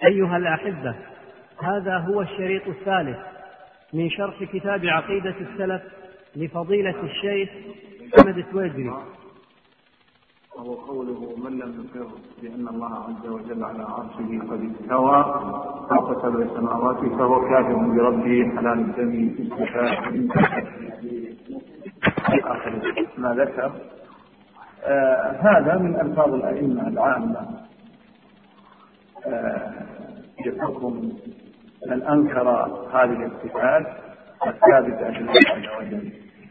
أيها الأحبة، هذا هو الشريط الثالث من شرح كتاب عقيدة السلف لفضيلة الشيخ محمد التويجري، وهو قوله: من لم يقر بأن الله عز وجل على عرشه قد استوى فوق 7 سماوات فهو كافر بربه حلال الدم استفاء آخر ما ذكر. هذا من ألفاظ الأئمة العامة يحكم من أنكر هذه الصفات الثابتة لله عز وجل.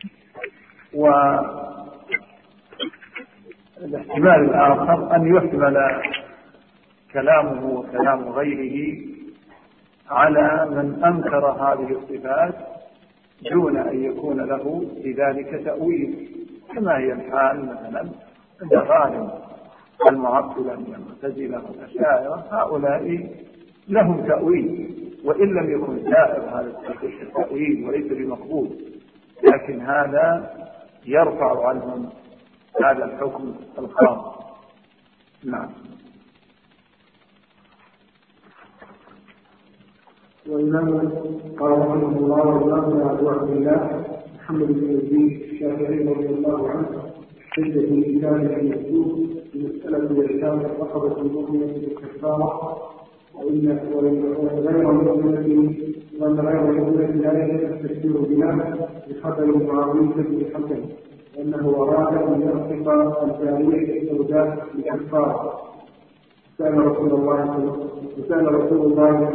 والاحتمال الآخر أن يحتمل كلامه وكلام غيره على من أنكر هذه الصفات دون أن يكون له في ذلك تأويل، كما هي الحال مثلا عند غالب المعطلة من المعتزلة والأشاعرة. هؤلاء لهم تأويل وإن لم يكن سائر هذا التأويل وليس بمقبول، لكن هذا يرفع عنهم هذا الحكم الخاص. نعم. وإمام قال رحمه الله: وإمامنا أبو عبد الله محمد بن يزيد الشافعي رضي الله عنه حجة الإنسان المسلوب بمسألة إحكام الرقبة المؤمنة بالكفارة، وإن غير المؤمنة لا يجب التكفير بها بخبر معاوية بن حكم، لأنه أراد أن يعتق الجارية السوداء بالكفارة. سأل رسول الله صلى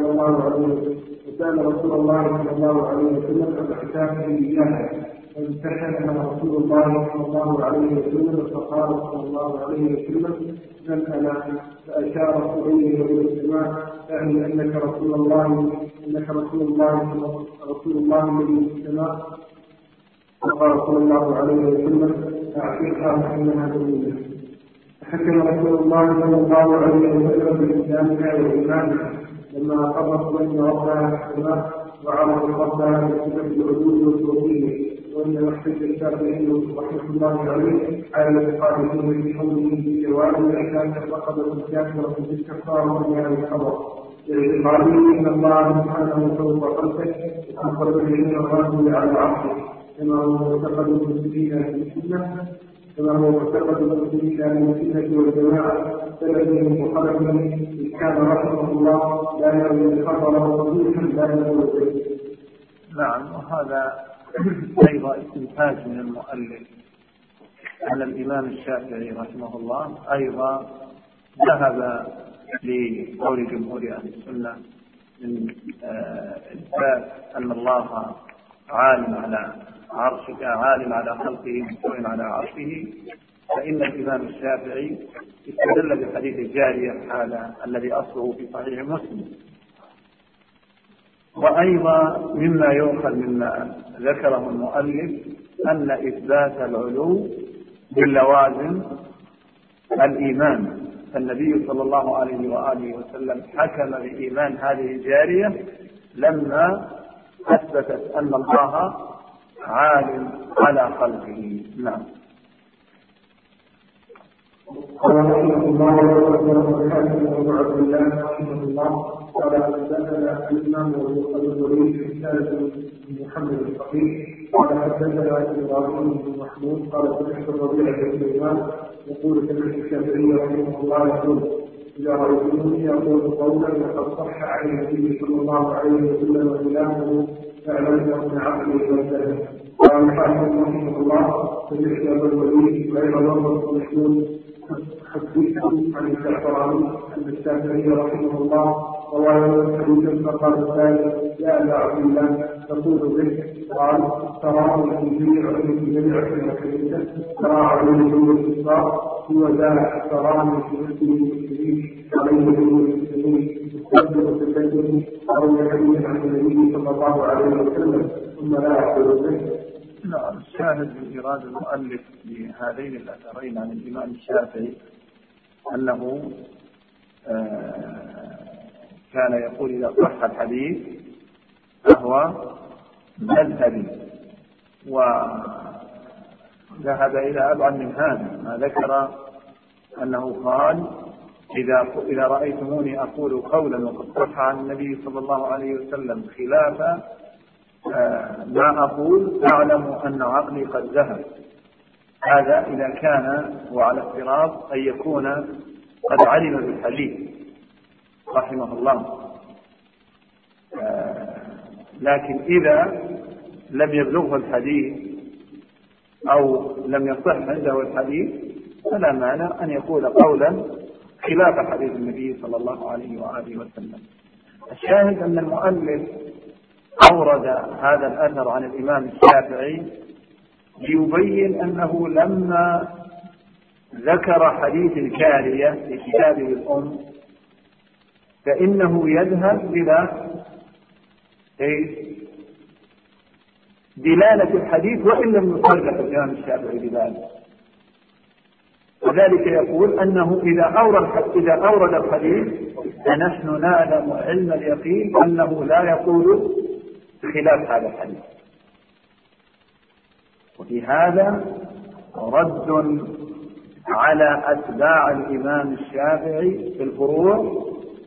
الله عليه وسلم عن احكامه إياها، فامتحنها رسول الله صلى الله عليه وسلم، فقال صلى الله عليه وسلم: من أنا؟ فأشار إليه إلى السماء، يعني أنك رسول الله الذي في السماء. فقال صلى الله عليه وسلم: أعطيها فإنها دليلة. فحكم رسول الله صلى الله عليه وسلم بإسلامها وإيمانها لما أقرت بين ربها السماء وعرض ربها بصفة العدول والتوحيد. وإن محتج الشافعي رحمه الله عليه على الاعتقاد في قوله بجواز إحكام الرقبة الكافرة بالكفارة من هذا الخبر، باعتقاده أن الله سبحانه فوق خلقه وخلق الذين الرجل على عرشه، كما هو معتقد المسلمين من السنة والجماعة سلفهم وخلفهم، إذ كان رحمه الله لا يروي الخبر وصحيحا لا يروي به. نعم. وهذا أيضا استنتاج من المؤلف على الإمام الشافعي رحمه الله، أيضا ذهب لقول جمهور أهل السنة من إثبات أن الله عالم على عرشه، عالم على خلقه، مستوٍ على عرشه. فإن الإمام الشافعي استدل بحديث الجارية هذا الذي أصله في صحيح مسلم. وأيضا مما يؤخذ مما ذكره المؤلف أن إثبات العلو باللوازم الإيمان، فالنبي صلى الله عليه وآله وسلم حكم بإيمان هذه الجارية لما أثبتت أن الله عالم على خلقه. نعم. قال رحمه الله: أبو عبد الله رحمه الله قال: حدثنا الإمام الزهري في رسالة محمد الفقيه قال: حدثنا إبراهيم بن محمود قال: سمعت الربيع بن سليمان يقول: سمعت الشافعي رحمه الله يقول: إذا رأيتموني يقول قولا لقد صح عن النبي صلى الله عليه وسلم خلافه فاعلموا أن عقلي وجهه. قال الحافظ رحمه الله: سمعت أبا الوليد غير مرة مشهور حدثت عن الشعراني أن الشافعي رحمه الله رواه حديثا فقال الثاني: يا أبا عبد الله تقول به؟ قال: تراه في جميع المكان ترى عليه بالاتصال هو ذا تراني في نفسه المسلمين عليه بالمسلمين يستقبل بالبيت أو يحيي عن النبي صلى الله عليه وسلم ثم لا يقول به. نعم. الشاهد من إيراد المؤلف بهذين الأثرين عن الإمام الشافعي أنه كان يقول: إذا صح الحديث فهو مذهبي، وذهب إلى أبعد من هذا، ما ذكر أنه قال: إذا رأيتموني أقول قولا وقد صح عن النبي صلى الله عليه وسلم خلاف ما أقول أعلم أن عقلي قد ذهب. هذا إذا كان وعلى افتراض أن يكون قد علم بالحديث رحمه الله. لكن إذا لم يبلغه الحديث أو لم يصح عنده الحديث فلا مانع أن يقول قولا خلاف حديث النبي صلى الله عليه وآله وسلم. الشاهد أن المؤلف أورد هذا الأثر عن الإمام الشافعي ليبين أنه لما ذكر حديث الجارية في كتابه الأم فإنه يذهب إلى دلالة الحديث وإن لم يصرح الإمام الشافعي بذلك. وذلك يقول أنه إذا أورد الحديث فنحن نعلم علم اليقين أنه لا يقول خلاف هذا الحديث. وفي هذا رد على أتباع الإمام الشافعي في الفروع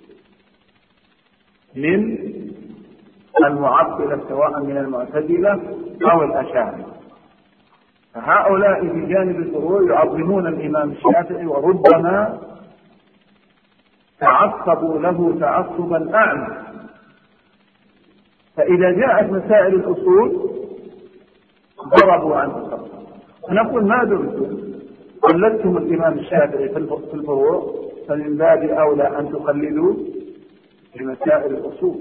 من المعطلة سواء من المعتزلة أو الأشاعرة. فهؤلاء في جانب الفروع يعظمون الإمام الشافعي وربما تعصبوا له تعصبا أعمى. فإذا جاءت مسائل الأصول ضربوا عنه خطا. فنقول ما دمتم قلدتم الإمام الشافعي في الفروع فمن باب أولى أن تقلدوا في مسائل الأصول.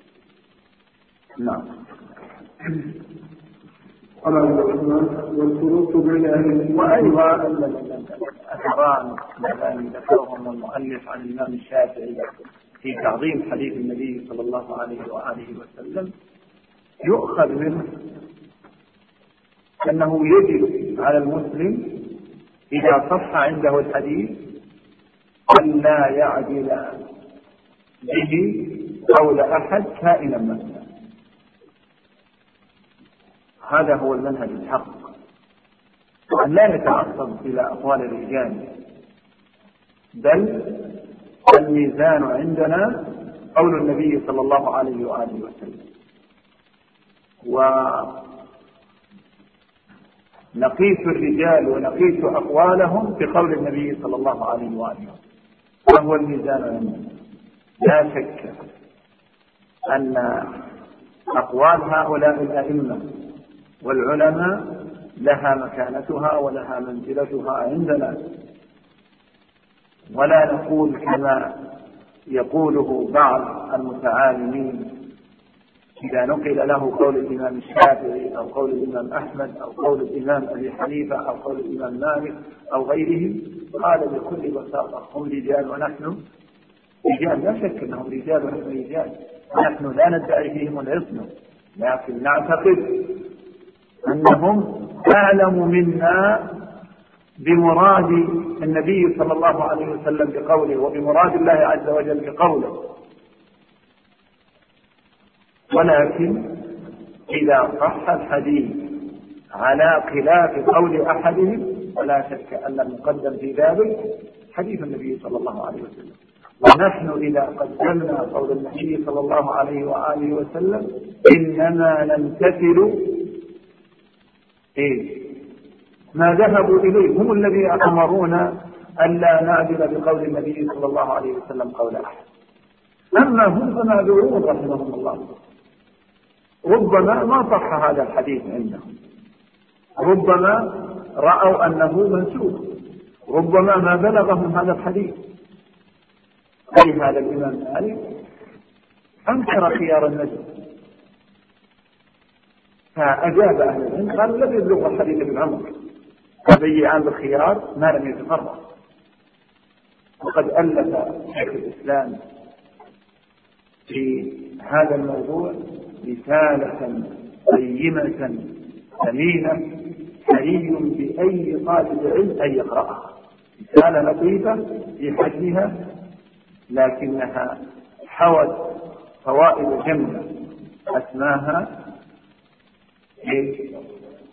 نعم. والفروق بين أهل وأيضا الأثران الذين ذكرهم المؤلف عن الإمام الشافعي في تعظيم حديث النبي صلى الله عليه وآله وسلم يؤخذ منه أنه يجب على المسلم إذا صح عنده الحديث أن لا يعدل به قول أحد كائنا مثلا. هذا هو المنهج الحق، وأن لا يتعصب إلى أقوال الرجال، بل الميزان عندنا قول النبي صلى الله عليه وآله وسلم، ونقيس الرجال ونقيس أقوالهم بقول النبي صلى الله عليه وآله وسلم، وهو الميزان عندنا. لا شك أن أقوال هؤلاء الأئمة والعلماء لها مكانتها ولها منزلتها عندنا، ولا نقول كما يقوله بعض المتعالمين إذا نقل له قول الإمام الشافعي أو قول الإمام أحمد أو قول الإمام أبي حنيفة أو قول الإمام مالك أو غيرهم قال بكل بساطة هم رجال ونحن رجال. لا شك أنهم رجال ونحن رجال، ونحن لا ندعي فيهم العصمة، لكن نعتقد أنهم أعلم منا بمراد النبي صلى الله عليه وسلم بقوله وبمراد الله عز وجل بقوله. ولكن إذا صح الحديث على خلاف قول أحدهم فلا شك أن المقدم في ذلك حديث النبي صلى الله عليه وسلم. ونحن إذا قدمنا قول النبي صلى الله عليه وآله وسلم إنما نمتثل ما ذهبوا إليه، هم الذين أمرونا ألا نعدل بقول النبي صلى الله عليه وسلم قول أحد. أما هم فمعذورون رحمهم الله، ربما ما صح هذا الحديث عندهم، ربما رأوا أنه منسوخ، ربما ما بلغهم هذا الحديث. أي هذا الإمام مالك أنكر خيار النجم، فأجاب أهل العلم قالوا لم يبلغ الحديث ابن عمر فبيعان بالخيار ما لم يتفرق. وقد ألف شيخ الإسلام في هذا الموضوع رسالة قيمة ثمينة حري بأي طالب علم أن يقرأها. رسالة لطيفة في حجمها لكنها حوت فوائد جمة أسماها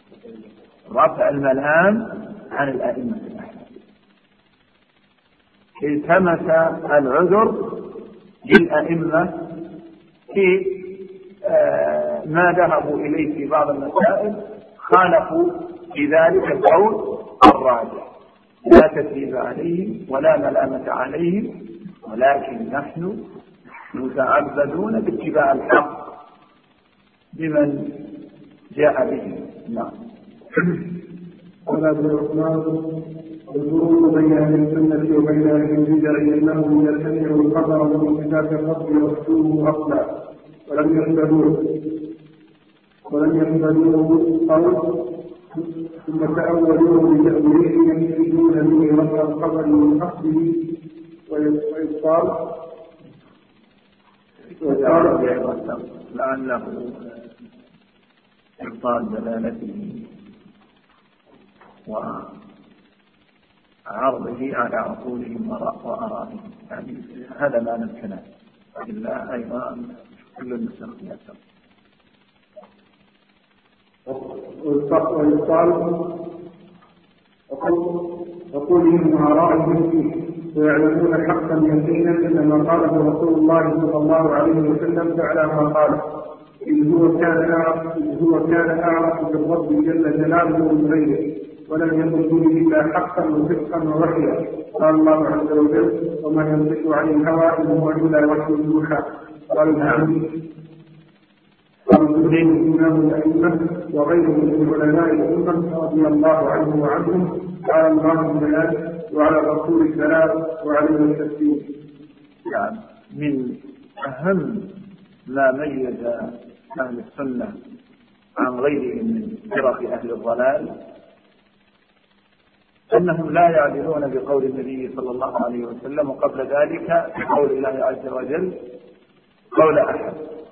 رفع الملام عن الأئمة الأحناف. التمس العذر للأئمة في ما ذهبوا إليه في بعض المسائل، خالفوا في ذلك القول الراجح، لا تثريب عليهم ولا ملامة عليهم، ولكن نحن متعبدون باتباع الحق بمن جاء به. نعم. قال ابن عثمان: الفروق بين اهل السنه وبين اهل البدع انهم يستمعوا الخبر من صفات الرب ورسوله اصلا ولم يقبلوه قول ثم تأولوه بتأويلهم يريدون به رفع الخبر من حقه وإبطال لعله إبطال دلالته وعرضه على عقولهم وآرائهم، يعني هذا معنى الكلام، إلا أيضا كل المستخدمات ويقال وقولهم وآرائهم فيه ويعلمون حقا يقينا أن ما قاله رسول الله صلى الله عليه وسلم فعلى ما قاله، إذ هو كان أعرف بالرب جل جلاله من غيره، ولم يقل به إلا حقا وصدقا ووحيا. قال الله عز وجل: وما ينطق عن الهوى إن هو إلا وحي يوحى. قال الإمام الأئمة وغيرهم من علماء الأمة رضي الله عنه وعنهم: على الله البيان وعلى الرسول السلام وعليه التسليم. يعني من أهم ما ميز أهل السنة عن غيرهم من فرق أهل الضلال أنهم لا يعدلون بقول النبي صلى الله عليه وسلم، وقبل ذلك بقول الله عز وجل قول أحد،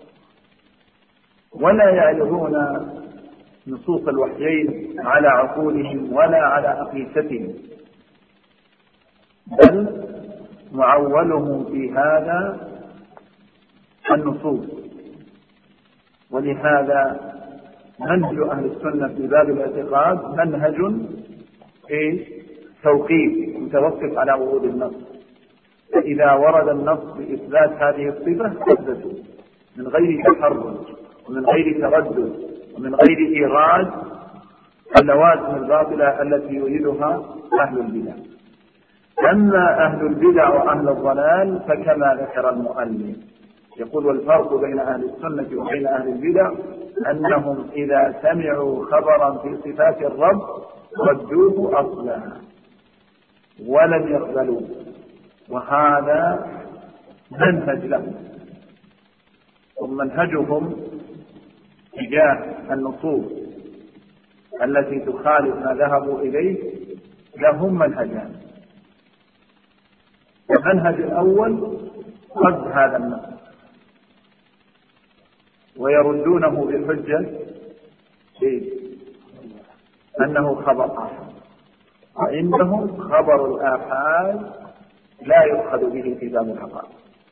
ولا يعرضون نصوص الوحيين على عقولهم ولا على أقيستهم، بل معولهم في هذا النصوص. ولهذا منهج أهل السنة في باب الاعتقاد منهج توقيف متوقف على ورود النص، فإذا ورد النص بإثبات هذه الصفة أثبتوا من غير تحرج ومن غير تردد ومن غير إيراد اللوازم الباطلة التي يريدها أهل البدع. أما أهل البدع وأهل الضلال فكما ذكر المؤلف يقول: والفرق بين أهل السنة وبين أهل البدع أنهم إذا سمعوا خبرا في صفات الرب ردوه أصلا ولم يقبلوه، وهذا منهج لهم. ومنهجهم تجاه النصوص التي تخالف ما ذهبوا إليه لهم منهجان: المنهج الأول رد هذا النص ويردونه بالحجة أنه خبر آحاد، وعندهم خبر الآحاد لا يؤخذ به في باب العقائد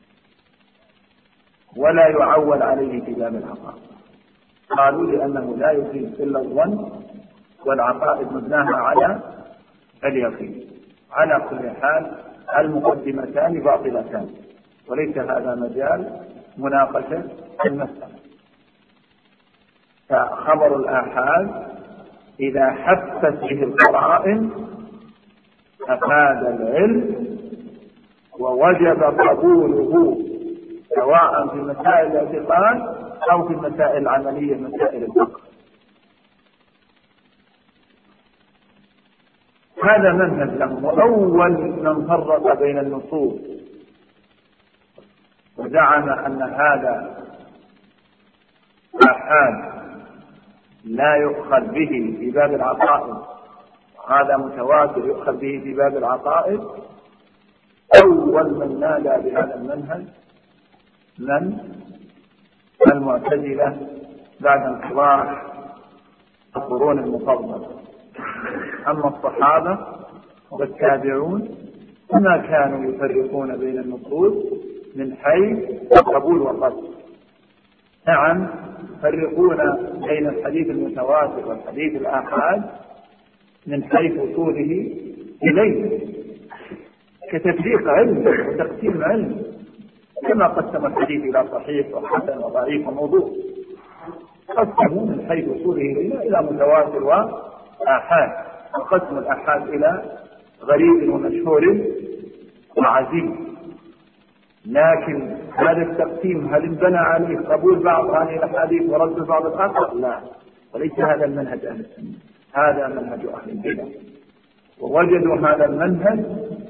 ولا يعول عليه في باب العقائد. قالوا لأنه لا يفيد إلا الظن، والعقائد مبناها على اليقين. على كل حال المقدمتان باطلتان، وليس هذا مجال مناقشة المسألة. فخبر الآحاد إذا حفت به القرائن أفاد العلم ووجب قبوله، سواء في مسائل الاعتقاد أو في المسائل العملية مسائل الفقه. هذا منهج لهم. وأول من فرق بين النصوص وزعم أن هذا آحاد لا يؤخذ به في باب العقائد وهذا متواتر يؤخذ به في باب العقائد، أول من نادى بهذا المنهج من المعتزلة بعد انقضاء القرون المفضلة. أما الصحابة والتابعون فما كانوا يفرقون بين النصوص من حيث القبول والرد. نعم يفرقون بين الحديث المتواتر والحديث الآحاد من حيث وصوله إليه، كتفريق علم وتقسيم علم، كما قسم الحديث إلى صحيح وحسن وضعيف وموضوع، قسموا من حيث وصوله إلى متواتر وآحاد، وقسم الآحاد إلى غريب ومشهور وعزيز. لكن هذا التقسيم هل انبنى عليه قبول بعض هذه الأحاديث ورد بعض الآخر؟ لا، وليس هذا المنهج أهل السنة، هذا منهج أهل البدع. ووجدوا هذا المنهج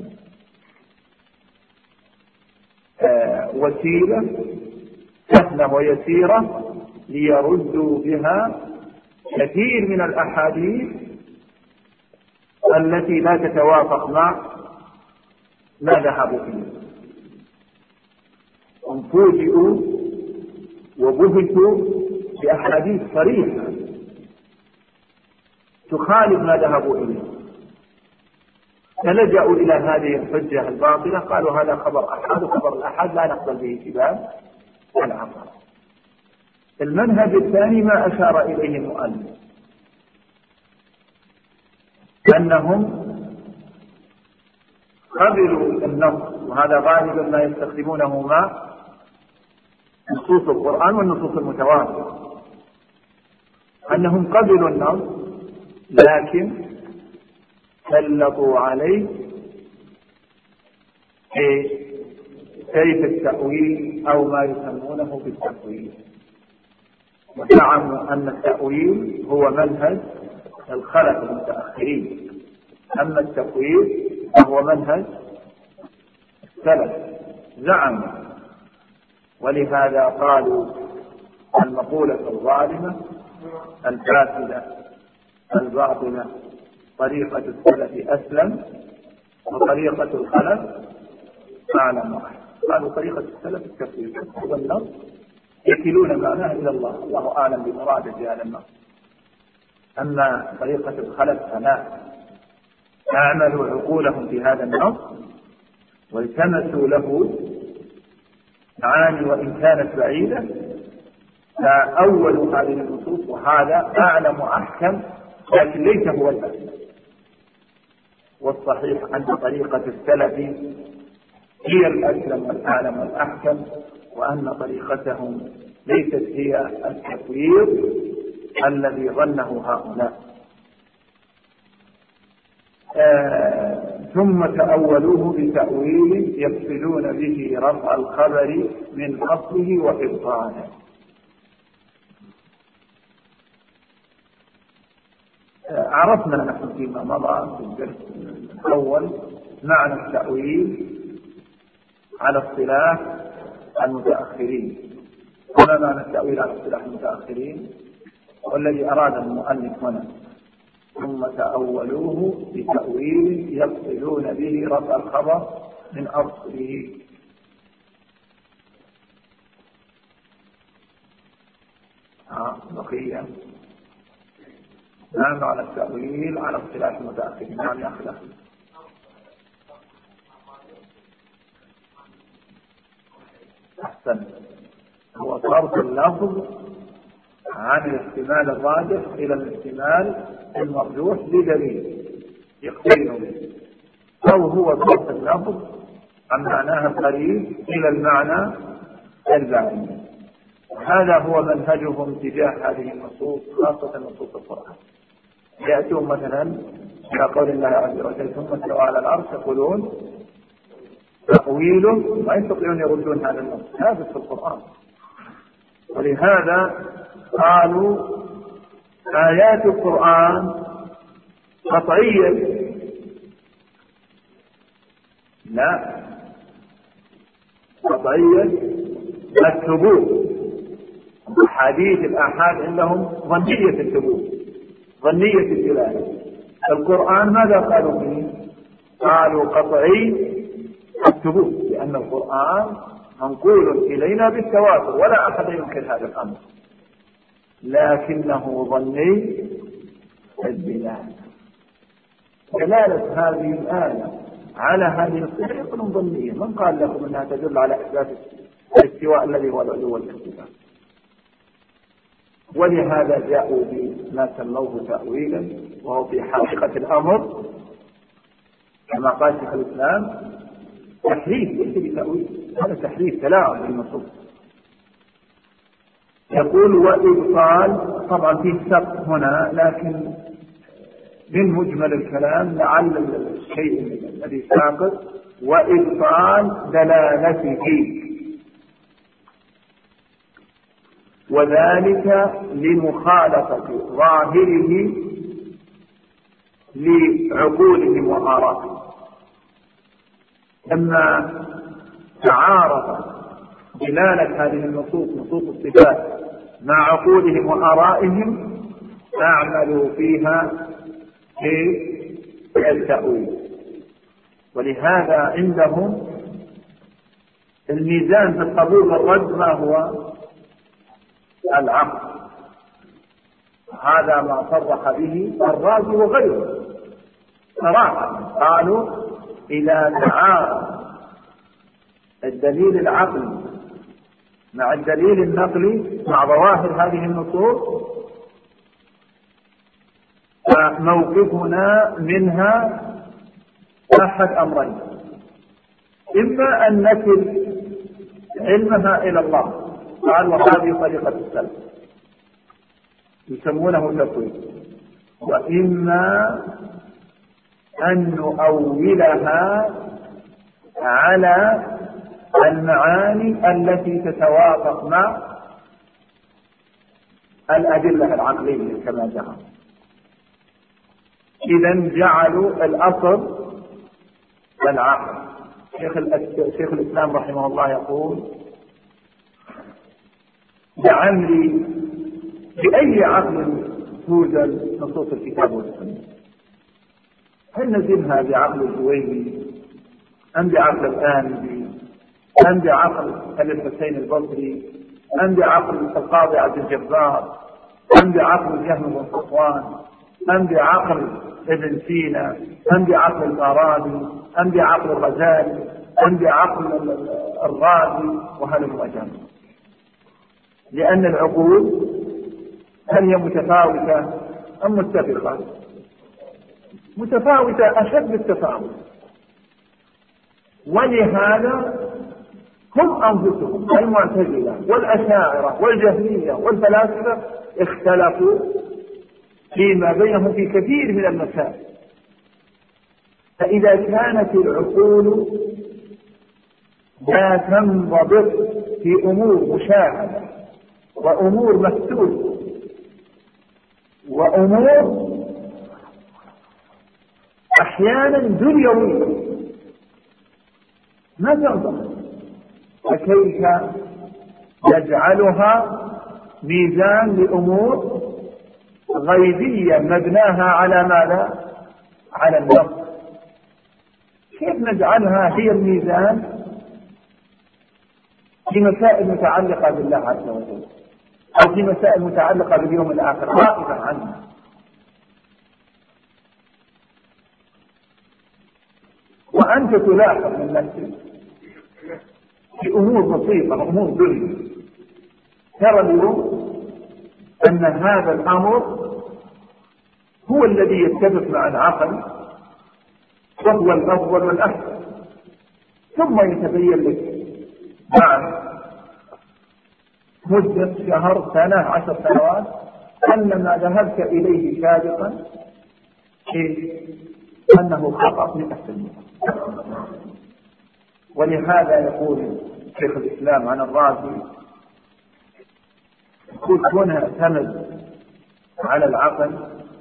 وسيلة سهلة ويسيرة ليردوا بها كثير من الأحاديث التي لا تتوافق مع ما ذهبوا فيه. هم فوجئوا وبهتوا بأحاديث صريحة تخالف ما ذهبوا إليه، فلجأوا إلى هذه الحجة الباطلة، قالوا هذا خبر أحد، وخبر الأحد لا نقبل به في باب العقل. المنهج الثاني ما أشار إليه المؤلف، أنهم قبلوا النص، وهذا غالبا ما يستخدمونه مع نصوص القرآن والنصوص المتواترة، أنهم قبلوا النص لكن سلطوا عليه كيف التأويل أو ما يسمونه بالتأويل، وزعموا أن التأويل هو منهج الخلف المتأخرين، أما التأويل فهو منهج السلف زعموا. ولهذا قالوا المقولة الظالمة الفاسدة الباطلة طريقة السلف أسلم وطريقة الخلف أعلم واحد. قالوا طريقة السلف التفويض والنص يكلون معناه إلى الله، الله أعلم بمراده بهذا النص. أما طريقة الخلف فلا، أعملوا عقولهم في هذا النص والتمسوا له معاني وإن كانت بعيدة، فأولوا هذه النصوص، وهذا أعلم وأحكم، لكن ليس هو الأسلم. والصحيح أن طريقة السلف هي الأسلم والأعلم والأحكم، وأن طريقتهم ليست هي التفويض الذي ظنه هؤلاء. ثم تأولوه بتأويل يقصدون به رفع الخبر من أصله وإبطاله. عرفنا نحن فيما مضى في الدرس الأول معنى التأويل على اصطلاح المتأخرين. وما معنى التأويل على اصطلاح المتأخرين؟ والذي أراد المؤلف هنا ثم تأولوه بتأويل يقصدون به رفع الخبر من أصله. بقية نعم على التأويل على اصطلاح المتأخرين. نعم يا أخي الأخير. أحسن، هو صرف اللفظ عن الاحتمال الراجح إلى الاحتمال المرجوح بدليل يقترن به، أو هو صرف اللفظ عن معناه القريب إلى المعنى البعيد. هذا هو منهجهم تجاه هذه النصوص، خاصة نصوص القرآن. يأتون مثلا إلى قول الله عز وجل ثم استوى على العرش يقولون تأويله، ما يستطيعون يردون هذا النص، هذا في القرآن. ولهذا قالوا آيات القرآن قطعية. لا، قطعية الثبوت. حديث الآحاد عندهم ظنية الثبوت، ظنية الدلالة. القرآن ماذا قالوا به؟ قالوا قطعي الثبوت، لأن القرآن منقول إلينا بالتواتر ولا أحد ينكر هذا الأمر، لكنه ظني الدلالة. دلالة هذه الآية على هذه الصفة يكون ظنية. من قال لكم أنها تدل على إثبات الاستواء الذي هو العلو والارتفاع؟ ولهذا جاءوا بما سموه تأويلا، وهو في حقيقة الأمر كما قال شيخ الإسلام تحريف ليس بتأويل، هذا تحريف تلاعب بالنصوص. يقول وإبطال، طبعا فيه سقط هنا لكن من مجمل الكلام لعل الشيء الذي ساقط وإبطال دلالته، وذلك لمخالفة ظاهره لعقولهم وآرائهم. لما تعارض دلالة هذه النصوص نصوص الصفات مع عقولهم وآرائهم أعملوا فيها في التأويل. ولهذا عندهم الميزان في القبول والرد ما هو؟ العقل. هذا ما صرح به الرازي وغيره صراحة، قالوا إذا تعارض الدليل العقلي مع الدليل النقلي مع ظواهر هذه النصوص فموقفنا منها أحد أمرين: إما أن نكل علمها إلى الله، قال وهذه طريقة السلف يسمونه تفويض، وإما أن نؤولها على المعاني التي تتوافق مع الأدلة العقلية كما جاء. إذن جعلوا الأصل العقل. شيخ الإسلام رحمه الله يقول: لعمري بأي عقل توجد نصوص الكتاب والسنة؟ هل نزلها بعقل الجويني أم بعقل الآنبي أم بعقل الحسين البصري أم بعقل القاضي عبد الجبار أم بعقل جهم بن صفوان أم بعقل ابن سينا أم بعقل الفارابي أم بعقل الغزالي أم بعقل الرازي وهلم وجمع؟ لأن العقول هل هي متفاوتة أم متفقة؟ متفاوتة أشد التفاوت. ولهذا هم أنفسهم المعتزلة والأشاعرة والجهمية والفلاسفة اختلفوا فيما بينهم في كثير من المسائل. فإذا كانت العقول لا تنضبط في أمور مشاهدة وأمور مكتوبة وأمور أحيانا دنيوية ما تنضبط، فكيف يجعلها ميزان لأمور غيبية مبناها على ماذا؟ على النص. كيف نجعلها هي الميزان في مسائل متعلقة بالله عز وجل أو في مسائل متعلقة باليوم الآخر غائبة عنها؟ وأنت تلاحظ من نفسك في أمور بسيطة وأمور دنيا ترى اليوم أن هذا الأمر هو الذي يتفق مع العقل وهو الأفضل والأحسن، ثم يتبين لك بعد مدة شهر سنة 10 سنوات أن ما ذهبت إليه سابقا أنه خطأ 100%. ولهذا يقول شيخ الإسلام عن الرازي: يقول كونه اعتمد على العقل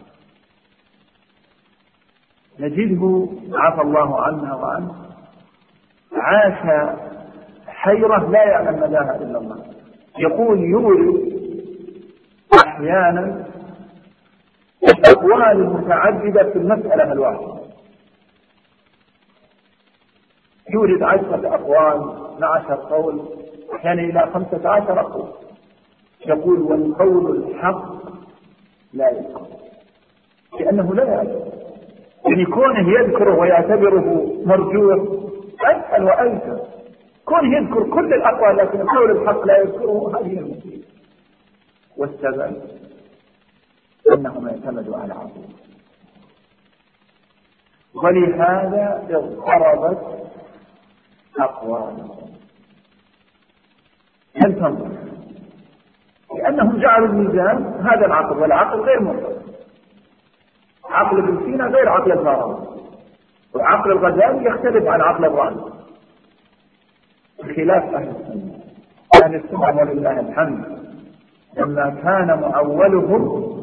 نجده عفى الله عنا وعنه عاش حيرة لا يعلم مداها إلا الله. يقول يورد أحيانا الأقوال المتعددة في المسألة الواحدة، يورد 10 أقوال 12 قول أحيانا إلى 15 قول. يقول والقول الحق لا يذكر لأنه لا يعلم، يعني كونه يذكره ويعتبره مرجوح أسهل وأيسر. كونه يذكر كل الأقوال لكن القول الحق لا يذكره هذه المشكلة. والسبب أنهم اعتمدوا على عقول. ولهذا اضطربت أقوالهم لم تنظر، لأنهم جعلوا الميزان هذا العقل، والعقل غير منضبط. عقل ابن سينا غير عقل الفارابي، وعقل الغزالي يختلف عن عقل الرازي بخلاف أهل السنة. أهل السنة ولله الحمد لما كان مؤولهم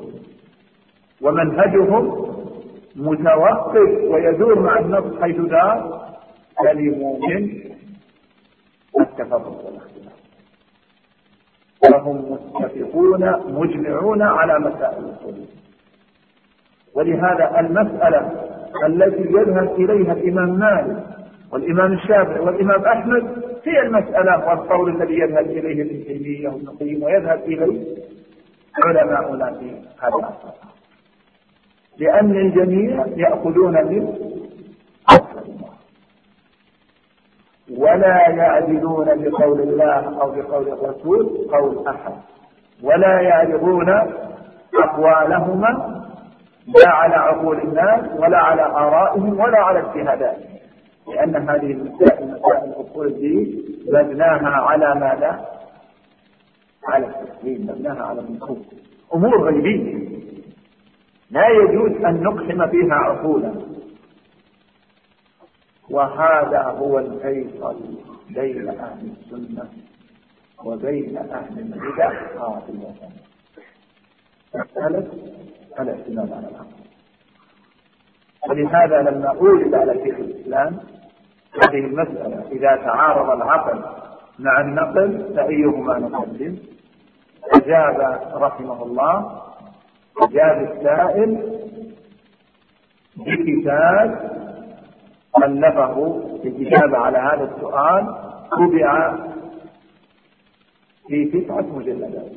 ومنهجهم متوقف ويدور مع النص حيث دار سلموا من التفرق والاختلاف، وهم متفقون مجمعون على مسائل الأصول. ولهذا المسألة التي يذهب إليها الإمام مالك والإمام الشافعي والإمام أحمد هي المسألة والقول الذي يذهب إليه ابن تيمية وابن القيم ويذهب إليه علماؤنا في هذا العصر، لأن الجميع يأخذون من أصل الله ولا يعدلون بقول الله أو بقول الرسول قول أحد، ولا يعرضون أقوالهما لا على عقول الناس ولا على آرائهم ولا على اجتهاداتهم، لأن هذه المسائل مسائل أصول الدين مبناها على ماذا؟ على التسليم، مبناها على النصوص، أمور غيبية لا يجوز أن نقسم فيها عقولا. وهذا هو الفيصل بين أهل السنة وبين أهل البدع قاطبة، مسألة الاعتماد على العقل. ولهذا لما أوجد على شيخ الإسلام هذه المسألة إذا تعارض العقل مع النقل فأيهما نقدم، أجاب رحمه الله، أجاب السائل بكتاب ألفه في الإجابة على هذا السؤال، طبع في 9 مجلدات.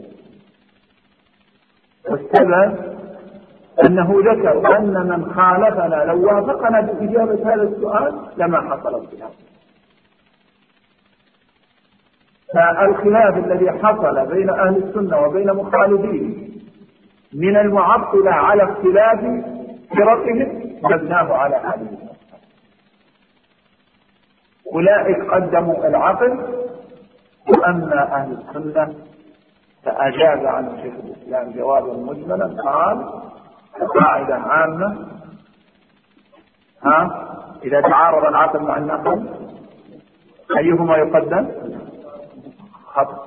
والسبب أنه ذكر أن من خالفنا لو وافقنا بإجابة هذا السؤال لما حصل الخلاف. فالخلاف الذي حصل بين أهل السنة وبين مخالفين من المعطلة على اختلاف فرقهم مبناه على هذه المسألة. أولئك قدموا العقل، وأما أهل السنة فأجاب عنه شيخ الإسلام جوابا مجملا، قال قاعدة عامة، إذا تعارض العقل مع النقل أيهما يقدم؟ خطأ.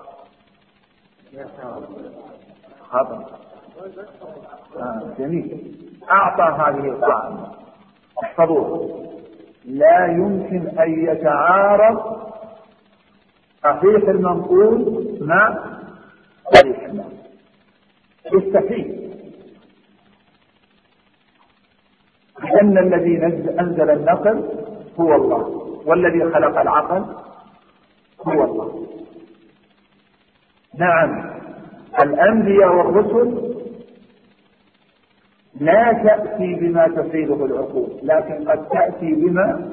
جميل. أعطى هذه القاعدة، احفظوها، لا يمكن أن يتعارض صحيح المنقول مع صحيح النقل، يستحيل، لأن الذي أنزل النقل هو الله، والذي خلق العقل هو الله. نعم، الأنبياء والرسل لا تأتي بما تفيده العقول، لكن قد تأتي بما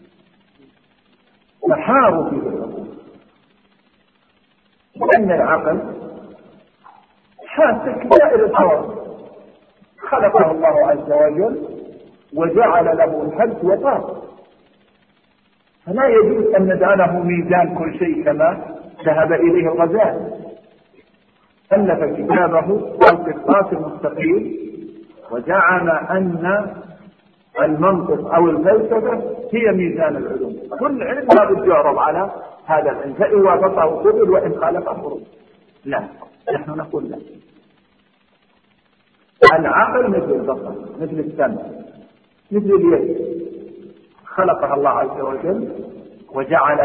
تحار فيه العقول، لأن العقل حاسس كسائر الحواس، خلقه الله عز وجل وجعل له الحد وطاقة، فلا يجوز أن نجعله ميزان كل شيء كما ذهب إليه الغزالي. ألف كتابه القسطاس المستقيم وزعم أن المنطق أو الفلسفة هي ميزان العلوم، كل علم لابد يعرض على هذا العلم، فإن وافقه قبل وإن خالفه خرج. لا، نحن نقول لا، العقل مثل البصر، مثل السمع، مثل اليد، خلقها الله عز وجل وجعل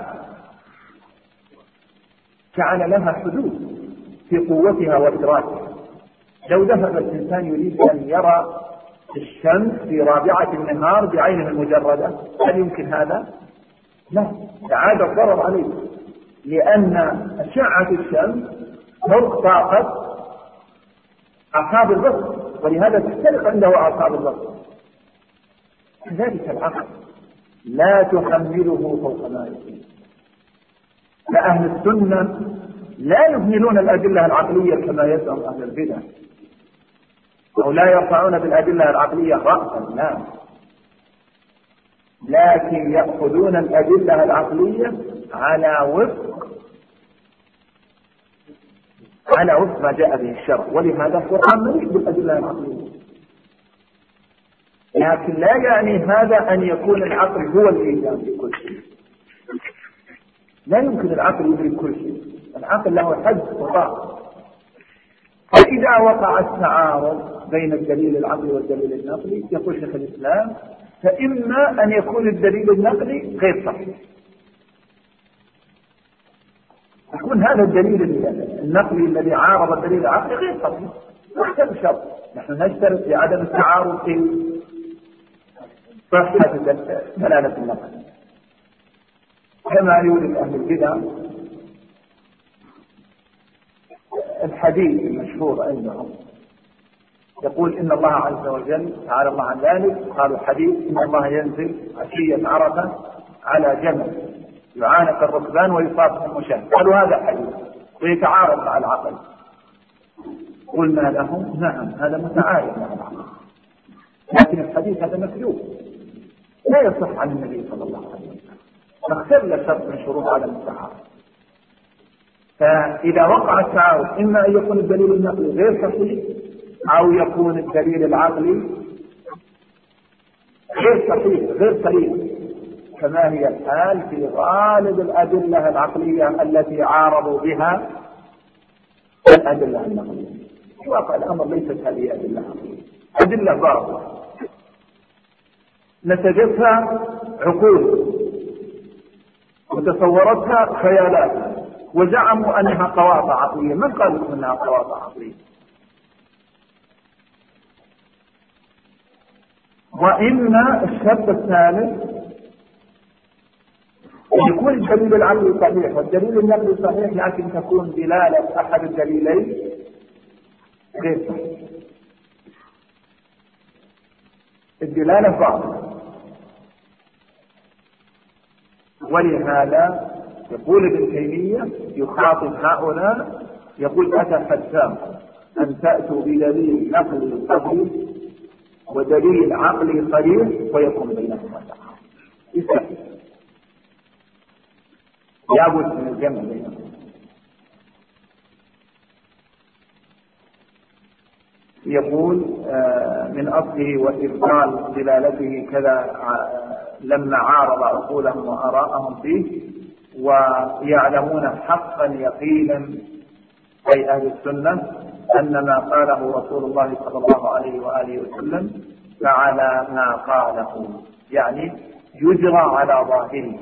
لها حدود في قوتها وإدراكها. لو ذهب الإنسان يريد أن يرى الشمس في رابعة النهار بعينه المجردة، هل يمكن هذا؟ لا، عاد الضرر عليه، لأن أشعة الشمس فوق طاقة أعصاب البصر، ولهذا تختلف عنده أعصاب البصر. كذلك العقل لا تحمله فوق ما يطيق. فأهل السنة لا يهملون الأدلة العقلية كما يزعم أهل البدع، أو لا يرفعون بالأدلة العقلية رأسا، لا، لكن يأخذون الأدلة العقلية على وفق ما جاء به الشرع، ولهذا القرآن مليء بالأدلة العقلية. لكن لا يعني هذا أن يكون العقل هو الإيجاب بكل شيء. لا يمكن العقل يدرك كل شيء، العقل له حد وضع. فإذا وقع التعارض بين الدليل العقلي والدليل النقلي يقول شيخ الإسلام فإما أن يكون الدليل النقلي غير صحيح، يكون هذا الدليل النقلي الذي عارض الدليل العقلي غير صحيح. نحتاج شرط، نحن نشترط لعدم التعارض في صحة دلالة النقل، كما يولد أهل البدع الحديث المشهور عندهم يقول إن الله عز وجل تعالى الله عن ذلك، قالوا حديث إن الله ينزل عشية عرفة على جمل يعانق الركبان ويصاب المشاة، قالوا هذا حديث ويتعارض مع العقل. قلنا لهم نعم هذا متعارض مع العقل، لكن الحديث هذا مكذوب لا يصح عن النبي صلى الله عليه وسلم، فاختل شرط من شروط عدم التعارض. فإذا وقع التعارض إما أن يكون الدليل النقلي غير صحيح أو يكون الدليل العقلي غير صحيح غير سليم، كما هي الحال في غالب الأدلة العقلية التي عارضوا بها الأدلة النقلية. في واقع الأمر ليست هذه أدلة عقلية، أدلة باطلة نتجتها عقول وتصورتها خيالات وزعموا أنها قواطع عقلية. من قال لكم أنها قواطع عقلية؟ وإما الشرط الثالث يكون الدليل العقلي صحيح والدليل النقلي صحيح، لكن تكون دلالة أحد الدليلين غير صحيح، الدلالة باطلة. ولهذا يقول ابن تيمية يخاطب هؤلاء يقول أتحداكم أن تأتوا بدليل نقلي صحيح ودليل عقلي صريح ويكون بينهما تعارض، لابد من الجمع بينهما. يقول من أصله وإبطال دلالته كذا لما عارض عقولهم وآراءهم فيه، ويعلمون حقا يقينا أي أهل السنة أن ما قاله رسول الله صلى الله عليه وآله وسلم فعلى ما قاله، يعني يجرى على ظاهره،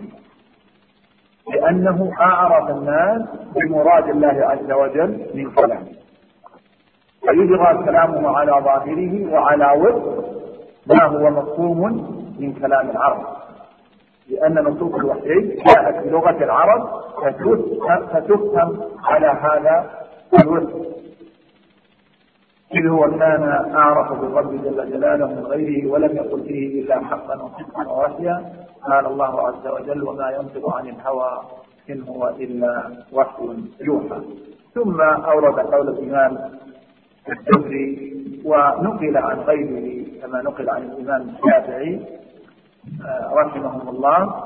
لأنه أعرض الناس بمراد الله عز وجل من كلامه، فيجرى كلامه على ظاهره وعلى وفق ما هو مفهوم من كلام العرب، لأن نصوص الوحي جاءت بلغة العرب فتفهم على هذا الوفق، إذ هو كان أعرف بالرب جل جلاله من غيره ولم يقل فيه إلا حقا وصدقا ووحيا. قال الله عز وجل وما ينطق عن الهوى إن هو إلا وحي يوحى. ثم أورد قول الإمام الزهري ونقل عن غيره كما نقل عن الإمام الشافعي رحمهم الله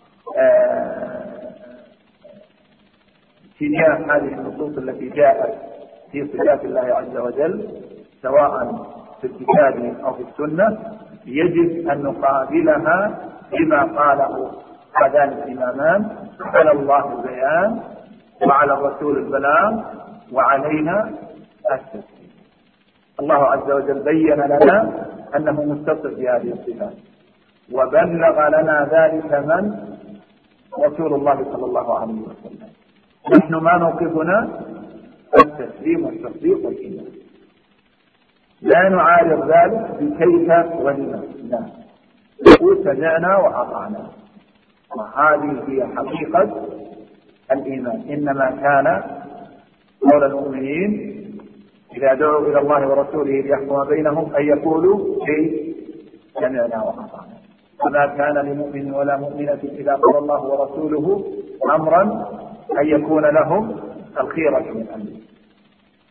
تجاه هذه النصوص التي جاءت في صفات الله عز وجل سواء في الكتاب أو في السنة، يجب أن نقابلها بما قاله هذان الإمامان: على الله البيان وعلى الرسول البلاغ وعلينا التسليم. الله عز وجل بين لنا أنه متصف بهذه الصفات وبلغ لنا ذلك من رسول الله صلى الله عليه وسلم. نحن ما موقفنا التسليم والتصديق والإيمان، لا نعارض ذلك بكيف ولما، لا، نقول سمعنا وأطعنا، وهذه هي حقيقة الإيمان. إنما كان قول المؤمنين إذا دعوا إلى الله ورسوله ليحكم بينهم أن يقولوا سمعنا وأطعنا، وما كان لمؤمن ولا مؤمنة إذا قضى الله ورسوله أمرا أن يكون لهم الخيرة من أمره.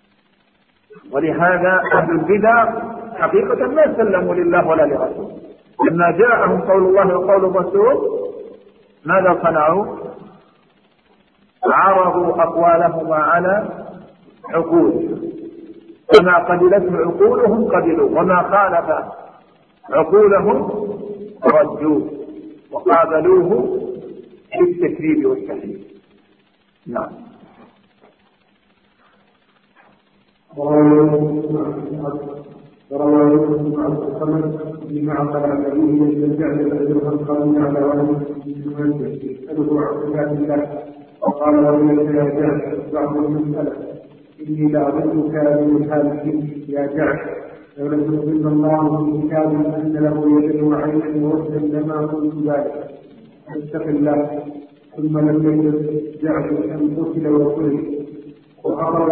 ولهذا أهل البدع حقيقة ما سلموا لله ولا لرسوله، لما جاءهم قول الله وقول الرسول ماذا صنعوا؟ عرضوا أقوالهما على عقولهم، فما قبلته عقولهم قبلوا، وما خالف عقولهم ردوه وقابلوه بالتكذيب والتحريف. نعم. وروى مسلم عن الصمد بن معقل عن ابيه يسترجع لاجرها القانون على والد يساله عن صفات الله وقال له يا جعفر بعض المساله اني لاظنك من الهالكين يا جعفر لو لم يظن الله في كتاب ان له يد وعين ووجها لما قلت ذلك فاتق الله. ثم لم يجد جعفر ان قتل وقتل وخطب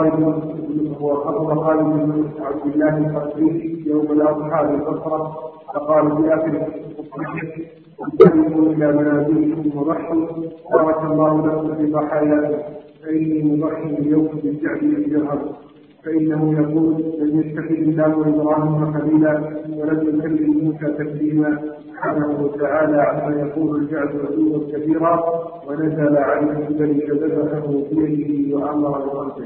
خالد بن عبد الله القصري يوم الاضحى بالبصره فقال بآخر انطلقوا الى منازلكم وضحوا بارك الله لكم في ضحاياكم فاني مضحي اليوم بالجعد بن درهم فانه يقول لن يتخذ الله ابراهيم خليلا ولم يكلم موسى تكليما سبحانه وتعالى عما يقول الجعد عدوا كبيرا ونزل عن الجبل فذبحه بيده وامر بقلبه.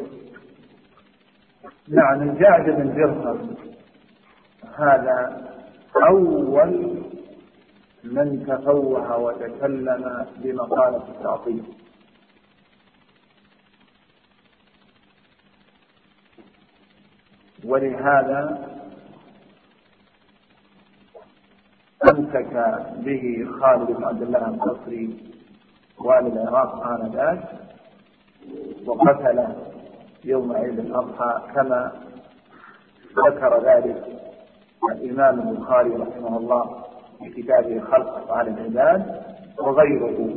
نعم. الجعد بن درهم هذا اول من تفوه وتكلم بمقالة التعطيل، ولهذا أمسك به خالد بن عبد الله القصري والي العراق آنذاك وقتله يوم عيد الأضحى كما ذكر ذلك الإمام البخاري رحمه الله في كتابه خلق أفعال العباد وغيره.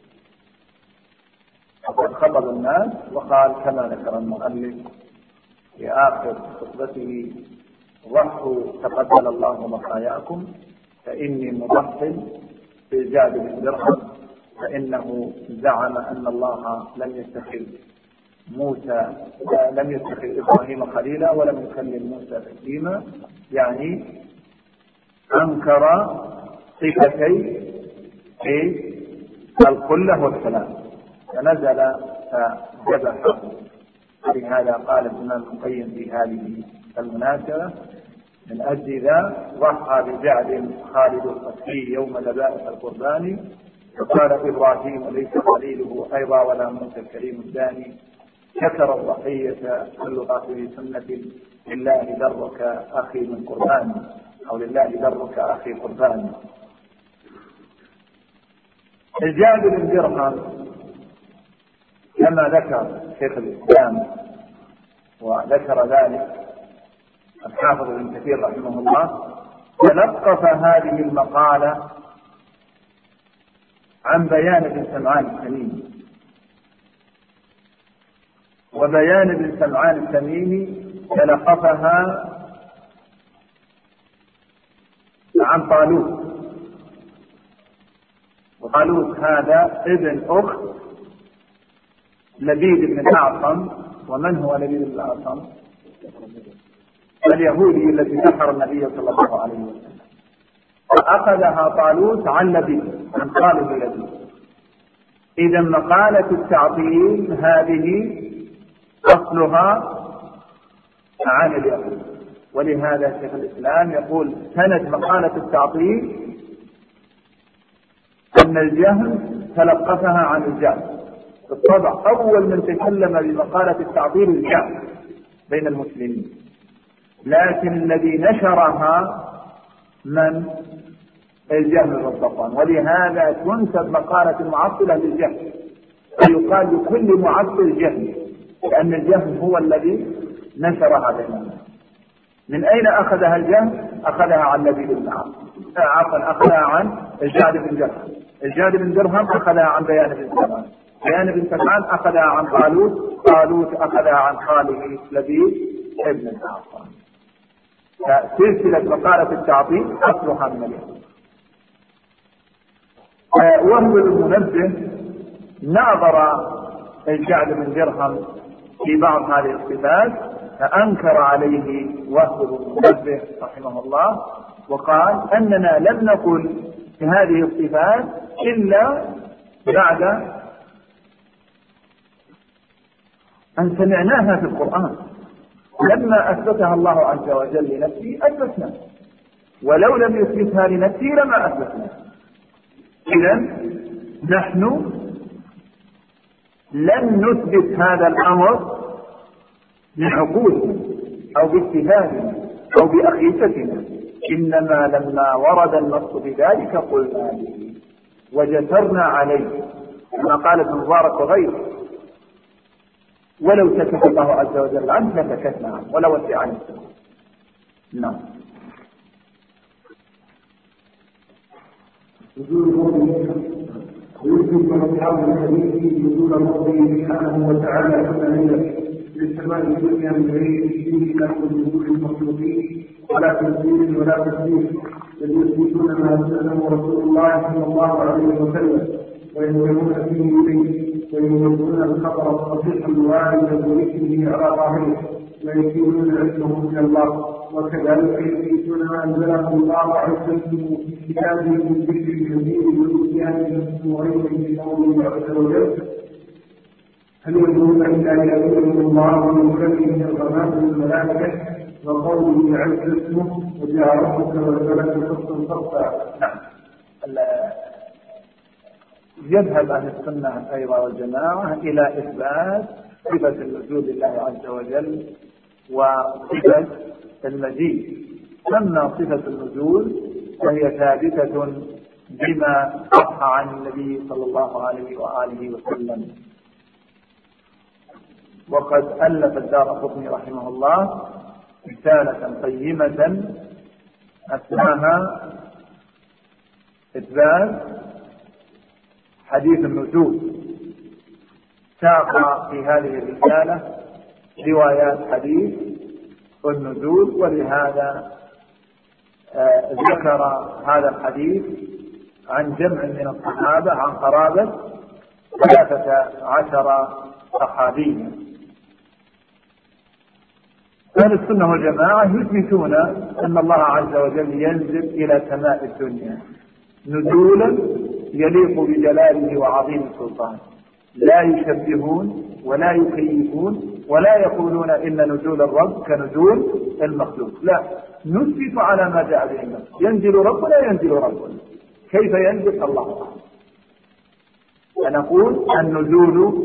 وقد خطب الناس وقال كما ذكر المؤلف في آخر خطبته ضحوا تقبل الله ضحاياكم فإني مضحٍ بالجعد بن درهم فإنه زعم أن الله لم يتخذ إبراهيم خليلا ولم يكلم موسى تكليما، يعني أنكر صفتي القلة والسلام فنزل فذبحه. لهذا قال ابن القيم في هذه المناسبة من أجل ذا ضحى بجعد خالد القصري يوم ذبائح القربان فقال إبراهيم ليس خليله أيضا ولا موسى الكريم الداني شكر الضحية كل قاتل سنة لله درك أخي من قربان أو لله درك أخي قربان. الجعد بن درهم كما ذكر شيخ الإسلام وذكر ذلك الحافظ ابن كثير رحمه الله تلقف هذه المقالة عن بيان بن سمعان التميمي، وبيان بن سمعان التميمي تلقفها عن طالوت، وطالوت هذا ابن أخت لبيد بن الأعصم. ومن هو لبيد بن الأعصم؟ اليهودي الذي سحر النبي صلى الله عليه وسلم، فأخذها طالوت عن لبيد عن خالد لبيد. إذا مقالة التعطيل هذه أصلها عن اليهود، ولهذا شيخ الإسلام يقول سند مقالة التعطيل أن الجهم تلقفها عن الجهم. بالطبع أول من تكلم بمقالة التعطيل الجهم بين المسلمين، لكن الذي نشرها من الجهم بن صفوان، ولهذا تنسب مقالة المعطلة للجهم ويقال لكل معطل جهم، لأن الجهم هو الذي نشرها بين الناس. من أين أخذها الجهم؟ أخذها عن لبيد بن عفوا أخذها عن الجعد بن درهم. الجعد بن درهم أخذها عن بيان بن سمعان، بيان بن سمعان أخذها عن طالوت، طالوت أخذها عن خاله لبيد ابن الأعصم. فسلسلة مقالة التعطيل أصلها من اليهود. وهو المنبه ناظر الجعد بن درهم في بعض هذه الصفات فأنكر عليه وهو المنبه رحمه الله وقال أننا لم نقل بهذه الصفات إلا بعد أن سمعناها في القرآن. لما أثبتها الله عز وجل لنفسه أثبتنا، ولو لم يثبتها لنفسه لما أثبتنا. إذن نحن لم نثبت هذا الأمر بعقولنا أو باجتهادنا أو بأخيستنا، إنما لما ورد النص بذلك قلنا به وجسرنا عليه كما قال ابن مبارك وغيره. ولو سكت الله عز وجل عنه لسكتنا عنه ولو وسع عنه. نعم. ويمكن أن يعلم الحديث نزول ربه سبحانه وتعالى كل ليلة للسماء الدنيا من غير تشبيه له نزول المخلوقين ولا تنزيل ولا تسبيح، بل يثبتون ما أنزله رسول الله صلى الله عليه وسلم وينزلون فيه إليه وينزلون الخبر الصحيح الوارد باسمه على ظاهره ويكيلون علمه من الله، وكذلك يثبتون ما أنزله الله عز وجل في كتابه من ذكر الجميل والإتيان وغيره من قوله عز وجل. هل يقولون إلا يأمرهم الله ويكلم من الغمام والملائكة وقوله عز اسمه وجاء ربك والملك صفا صفا. نعم. يذهب أهل السنة أيضا والجماعة إلى إثبات صفة النزول لله عز وجل وصفة المجيء. أما صفة النزول فهي ثابتة بما صح عن النبي صلى الله عليه وآله وسلم. وقد ألف الدارقطني رحمه الله رسالة قيمة أسماها إثبات حديث النزول. ساق في هذه الرسالة روايات حديث النزول، ولهذا ذكر هذا الحديث عن جمع من الصحابة عن قرابة 13 صحابيا. أهل السنة والجماعة يثبتون أن الله عز وجل ينزل إلى سماء الدنيا نزولا يليق بجلاله وعظيم سلطانه، لا يشبهون ولا يكيفون ولا يقولون إن نزول الرب كنزول المخلوق، لا، نثبت على ما جاء به النص. ينزل ربنا ينزل ربنا، كيف ينزل الله أعلم. فنقول النزول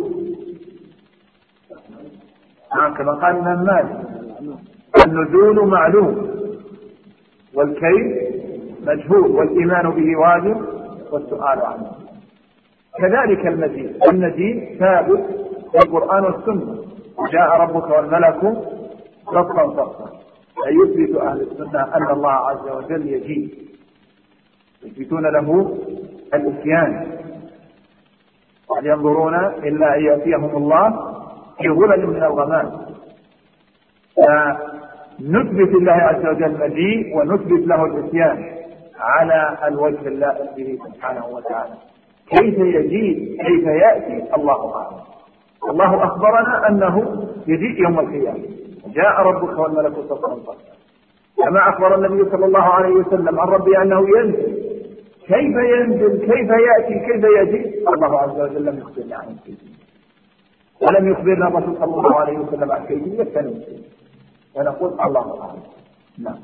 كما قال الإمام مالك النزول معلوم والكيف مجهول والإيمان به واجب والسؤال عنه. كذلك المجيء ثابت في القرآن والسنة، جاء ربك والملك صفا صفا. فيثبت أهل السنة أن الله عز وجل يجيء، يثبتون له الإتيان، هل ينظرون إلا أن يأتيهم الله في ظلل من الغمام. فنثبت الله عز وجل المجيء ونثبت له الإتيان على الوجه اللائق به سبحانه وتعالى. كيف يجيء كيف يأتي الله أعلم. الله أخبرنا أنه يجيء يوم القيامة، جاء ربك والملك صفا صفا، كما أخبر النبي صلى الله عليه وسلم عن ربه أنه ينزل. كيف ينزل كيف يأتي كيف يجيء الله عز وجل لم يخبرنا عن الكيفية، ولم يخبرنا الرسول صلى الله عليه وسلم عن كيفية فننزل ونقول الله أعلم. نعم.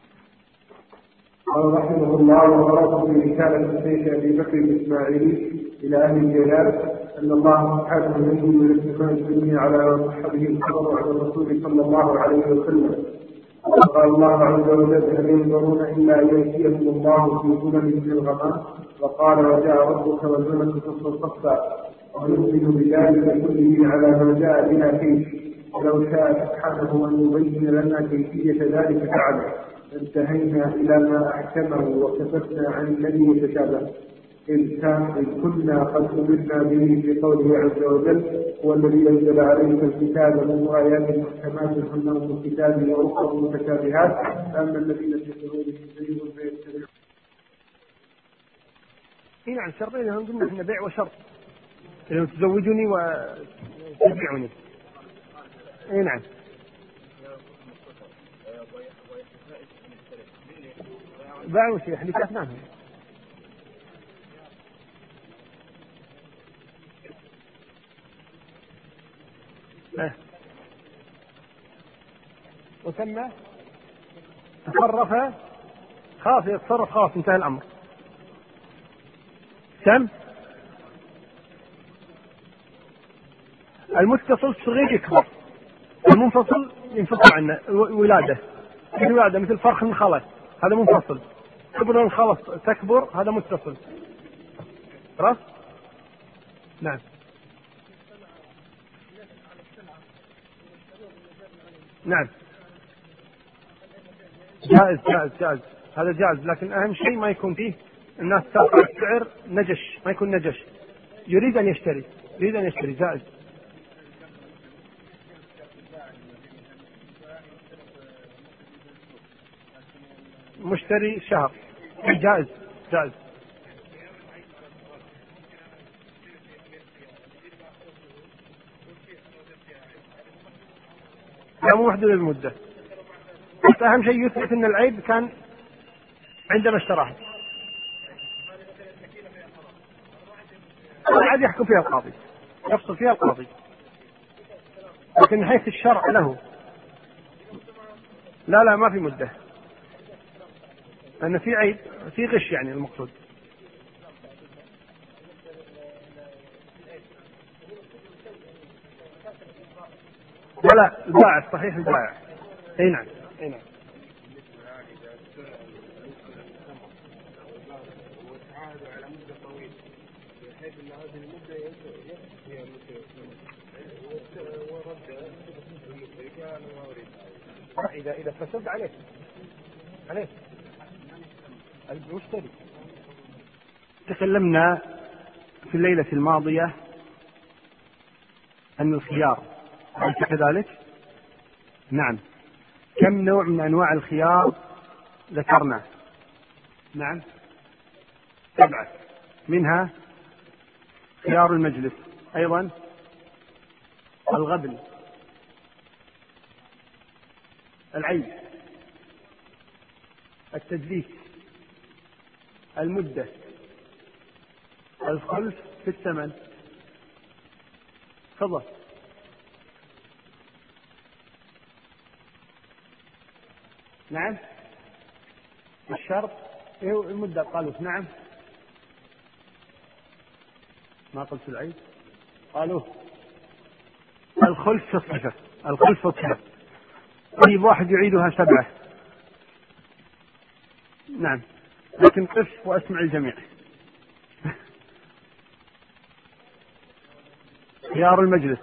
قال رحمه الله وقرأت في رسالة الشيخ أبي بكر الإسماعيلي إلى أهل الجلال أن الله سبحانه ينزل من السماء الدنيا على صحبه الخبر عن الرسول صلى الله عليه وسلم. وقال الله عز وجل هل ينظرون إلا أن يأتيهم الله في ظلل من الغمام. وقال وجاء ربك والملك صفا صفا، ونؤمن بذلك كله على ما جاء بلا كيف، ولو شاء سبحانه أن يبين لنا كيفية ذلك فعله، انتهينا إلى ما أحكمه وكففنا عن الذي يتشابه، إذ كنا قد أمرنا به في قوله عز وجل هو الذي أنزل عليك الكتاب منه آيات محكمات هن أم الكتاب وأخرى متشابهات، فأما الذين في قلوبهم زيغ فيتبعون. نعم، شرطين هم قلنا احنا بيع وشرط، لو تزوجني وتبيعني. نعم. باعوا شيء حديثناهم. وسمى تصرف خلاص، يتصرف خلاص انتهى الأمر. كم المتصل الصغير يكبر، المنفصل ينفصل عنه ولادة، الولادة مثل فرخ من خلص هذا منفصل، كبر من خلص تكبر هذا متصل. خلاص نعم. نعم جائز جائز جائز، هذا جائز، لكن أهم شيء ما يكون فيه الناس ترفع السعر نجش، ما يكون نجش، يريد أن يشتري، يريد أن يشتري، جائز. مشتري شهر جائز جائز. لا مو محدود المدة، بس أهم شيء يثبت أن العيب كان عندما اشتراه، عاد يحكم فيها القاضي، يفصل فيها القاضي، لكن من حيث الشرع له لا ما في مدة، لأن في عيب في غش يعني المقصود. لا البائع صحيح، البائع اي نعم اي نعم. إذا فسد عليه المشتري. تكلمنا في الليلة الماضية عن الخيار، أليس كذلك؟ نعم. كم نوع من أنواع الخيار ذكرنا؟ نعم 7، منها خيار المجلس، أيضا الغبن، العيب، التدليس، المدة، الخلف في الثمن. تفضل. نعم الشرط ايه المدة قالوا. نعم ما قلت العيب، قالوا الخلف في الصفة، الخلف في الصفة. طيب واحد يعيدها 7. نعم لكن قف واسمع الجميع. خيار المجلس،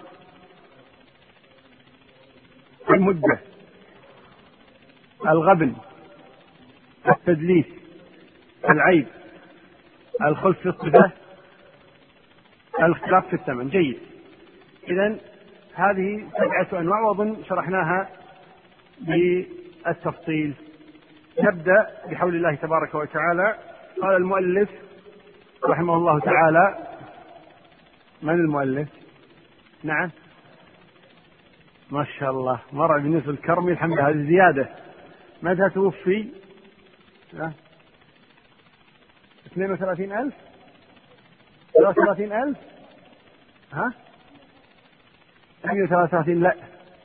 المدة، الغبن، التدليس، العيب، الخلف في الصفة، الاختلاف في الثمن. جيد، إذن هذه 7 أنواع وأظن شرحناها بالتفصيل. نبدأ بحول الله تبارك وتعالى. قال المؤلف رحمه الله تعالى، من المؤلف؟ نعم ما شاء الله، مرع بن يوسف الكرمي، الحمد لله، هذه زيادة. متى توفي؟ 32,000 33,000 133 لا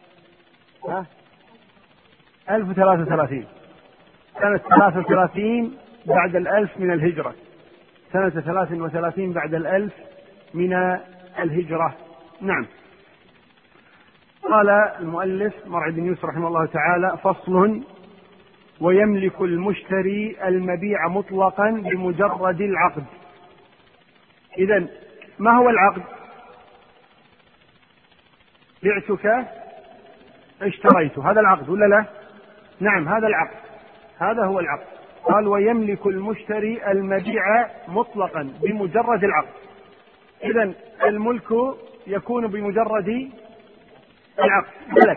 1033 سنة 33 بعد 1000 من الهجرة، سنة 33 بعد 1000 من الهجرة. نعم. قال المؤلف مرع بن يوسف رحمه الله تعالى: فصل: ويملك المشتري المبيع مطلقا بمجرد العقد. إذن ما هو العقد؟ بعتك اشتريت، هذا العقد ولا لا؟ نعم هذا العقد، هذا هو العقد. قال: ويملك المشتري المبيع مطلقا بمجرد العقد. إذن الملك يكون بمجرد العقد. ملك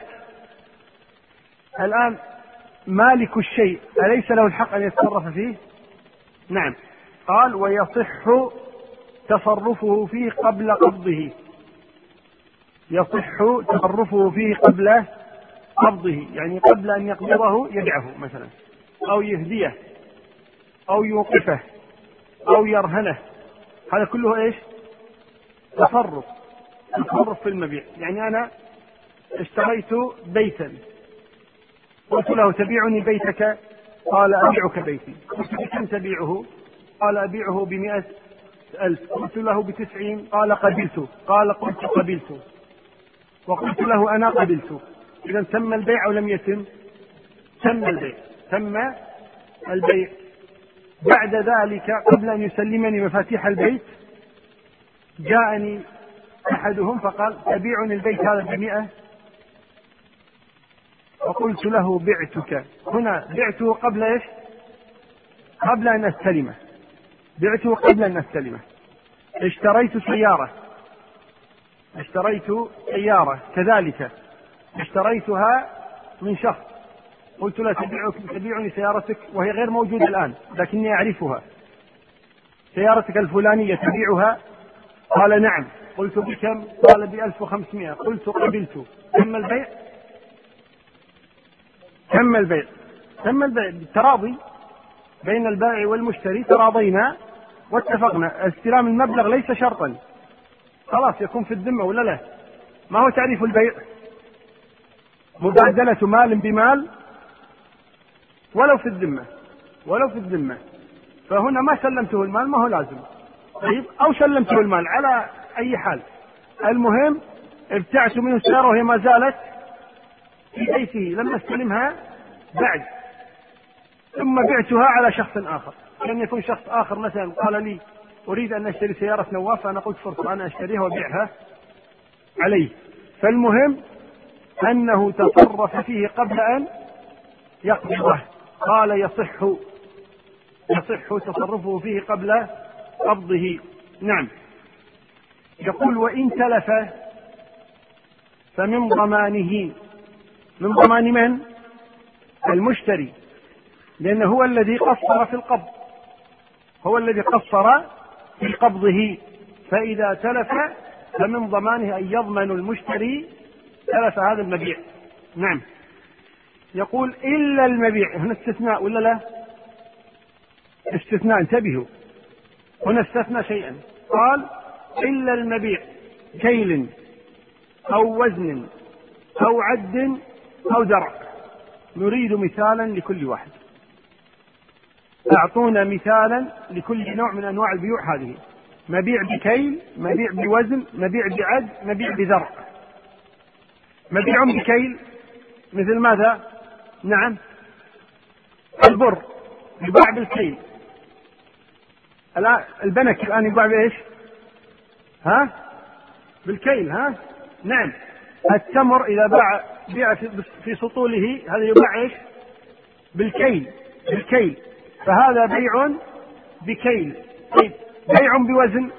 الآن مالك الشيء أليس له الحق أن يتصرف فيه؟ نعم. قال: ويصح تصرفه فيه قبل قبضه، يصح تصرفه فيه قبل قبضه، يعني قبل أن يقبضه يبيعه مثلا أو يهديه أو يوقفه أو يرهنه، هذا كله إيش؟ تصرف في المبيع. يعني أنا اشتريت بيتا، قلت له تبيعني بيتك؟ قال أبيعك بيتي. قلت بكم تبيعه؟ قال أبيعه ب100,000. قلت له ب90، قال قبلت. قال قلت قبلت، وقلت له أنا قبلت. إذا تم البيع أو لم يتم؟ تم البيع. تم البيع. بعد ذلك قبل أن يسلمني مفاتيح البيت جاءني أحدهم فقال تبيعني البيت هذا ب100؟ وقلت له بعتك. هنا بعته قبل إيش؟ قبل أن أستلمه. بعته قبل أن أستلمه. اشتريت سيارة كذلك، اشتريتها من شخص، قلت له تبيعني سيارتك وهي غير موجودة الآن لكني أعرفها، سيارتك الفلانية تبيعها؟ قال نعم. قلت بكم؟ قال ب1500. قلت قبلت. تم البيع؟ تم البيع بالتراضي بين البائع والمشتري، تراضينا واتفقنا. استلام المبلغ ليس شرطا، خلاص يكون في الذمة ولا لا؟ ما هو تعريف البيع؟ مبادلة مال بمال ولو في الذمة. فهنا ما سلمته المال، ما هو لازم. طيب أو سلمته المال على أي حال، المهم ابتعت منه السيارة وهي ما زالت في بيته، لم استلمها بعد، ثم بعتها على شخص آخر. كان يكون شخص آخر مثلا قال لي أريد أن أشتري سيارة نواف، فأنا قلت فرصة أنا أشتريها وبيعها عليه. فالمهم أنه تصرف فيه قبل أن يقبضه. قال يصح تصرفه فيه قبل قبضه. نعم. يقول وإن تلف فمن ضمانه. من ضمان من؟ المشتري، لأنه هو الذي قصر في القبض، هو الذي قصر في قبضه. فإذا تلف فمن ضمانه أن يضمن المشتري تلف هذا المبيع. نعم. يقول إلا المبيع. هنا استثناء ولا لا؟ استثناء، انتبهوا، هنا استثنى شيئا. قال إلا المبيع كيل أو وزن أو عد أو درع. نريد مثالا لكل واحد. أعطونا مثالا لكل نوع من أنواع البيوع هذه: مبيع بكيل، مبيع بوزن، مبيع بعد، مبيع بذرع. مبيع بكيل مثل ماذا؟ نعم، البر يباع بالكيل. البنك الآن يباع بإيش؟ بالكيل. نعم. التمر إذا بيع في سطوله هذا يباع إيش؟ بالكيل. فهذا بيع بكيل. طيب بيع بوزن؟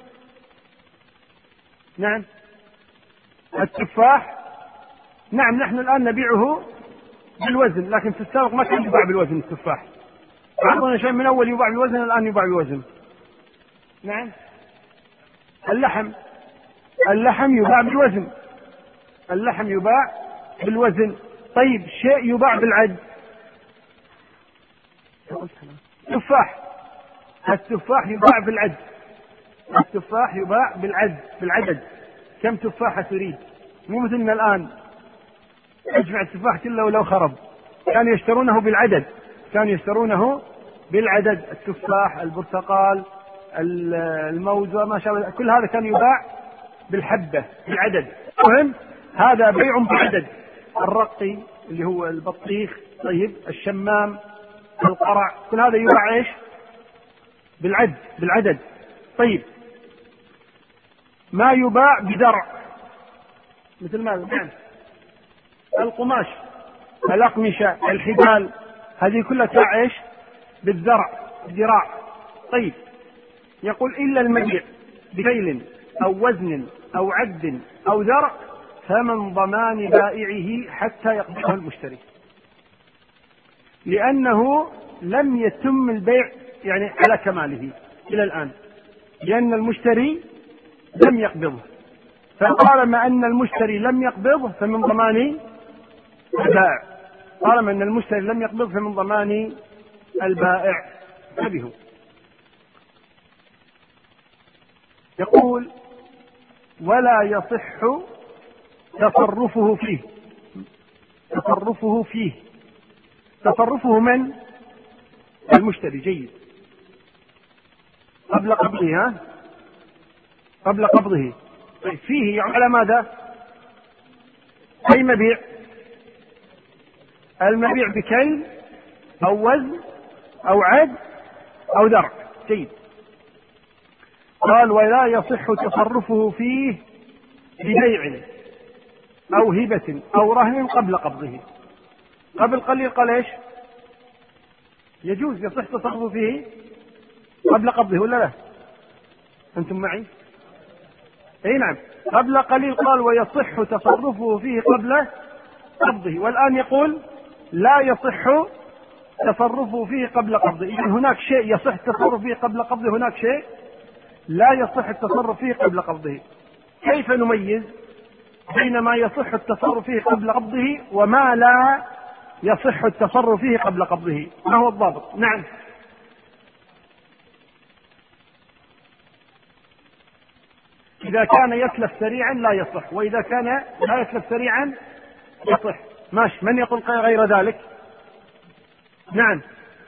نعم. التفاح، نعم، نحن الآن نبيعه بالوزن، لكن في السابق ما كان يباع بالوزن التفاح. أعطونا شيء من أول يباع بالوزن، الآن يباع بالوزن. نعم. اللحم يباع بالوزن. طيب شيء يباع بالعد؟ التفاح يباع بالعدد. كم تفاحة تريد؟ مو مثلنا الآن اجمع التفاح كله ولو خرب. كانوا يشترونه بالعدد. التفاح، البرتقال، الموز وما شابه، كل هذا كان يباع بالحبة بالعدد. المهم هذا بيع بعدد. الرقي اللي هو البطيخ، طيب الشمام، القرع، كل هذا يباع ايش؟ بالعدد. طيب ما يباع بذرع مثل ماذا؟ نعم، القماش، الأقمشة، الحبال، هذه كلها تباع ايش؟ بالذراع. طيب يقول إلا المبيع بكيل أو وزن أو عد أو ذرع فمن ضمان بائعه حتى يقبضه المشتري، لأنه لم يتم البيع يعني على كماله إلى الآن، لأن المشتري لم يقبضه. فطالما أن المشتري لم يقبضه فمن ضمان البائع. طالما أن المشتري لم يقبض فمن ضمان البائع. انتبهوا. يقول ولا يصح تصرفه فيه. تصرفه من؟ المشتري. جيد. قبل قبضه. قبل قبضه. طيب فيه على ماذا؟ أي مبيع؟ المبيع بكيل أو وزن أو عد أو درع. جيد. قال ولا يصح تصرفه فيه ببيع أو هبة أو رهن قبل قبضه. قبل قليل قال ايش؟ يجوز، يصح تصرفه فيه قبل قبضه ولا لا؟ أنتم معي؟ اي نعم. قبل قليل قال ويصح تصرفه فيه قبل قبضه، والآن يقول لا يصح تصرفه فيه قبل قبضه. إذن هناك شيء يصح التصرف فيه قبل قبضه، هناك شيء لا يصح التصرف فيه قبل قبضه. كيف نميز بين ما يصح التصرف فيه قبل قبضه وما لا يصح التصرف فيه قبل قبضه؟ ما هو الضابط؟ نعم. إذا كان يتلف سريعا لا يصح، وإذا كان لا يتلف سريعا يصح. ماشي. من يقول غير ذلك؟ نعم.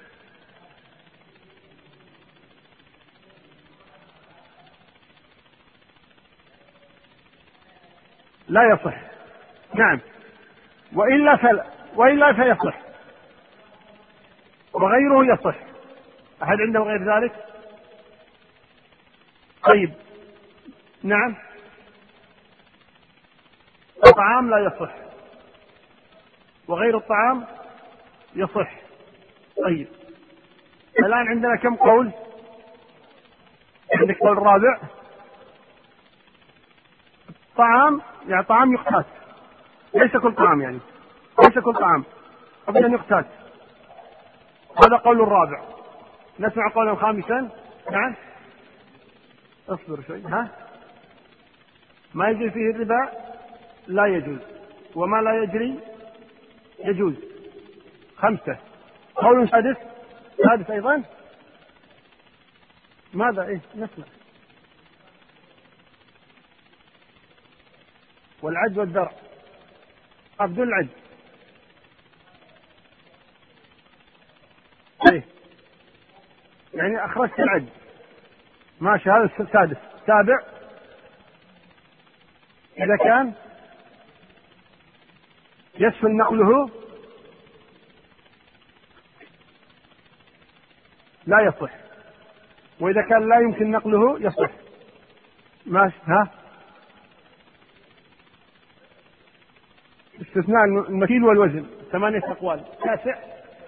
لا يصح. نعم. وإلا فيصح، وغيره يصح. أحد عنده غير ذلك؟ طيب. نعم. الطعام لا يصح وغير الطعام يصح. طيب الآن عندنا كم قول؟ عندك قول رابع. طعام يعني طعام يقتات، ليس كل طعام، يعني ليس كل طعام، أبدا يقتات. هذا قول الرابع. نسمع قولا خامسا. نعم. اصبر شوي. ما يجري فيه الربا لا يجوز، وما لا يجري يجوز. 5. قول سادس أيضا. ماذا؟ نسمع. والعد والدرع. بدون العد. يعني أخرجت العد. ماشي. هذا السادس. 7 إذا كان يسهل نقله لا يصح، وإذا كان لا يمكن نقله يصح. ماشي. استثناء المكيل والوزن 8 أقوال. 9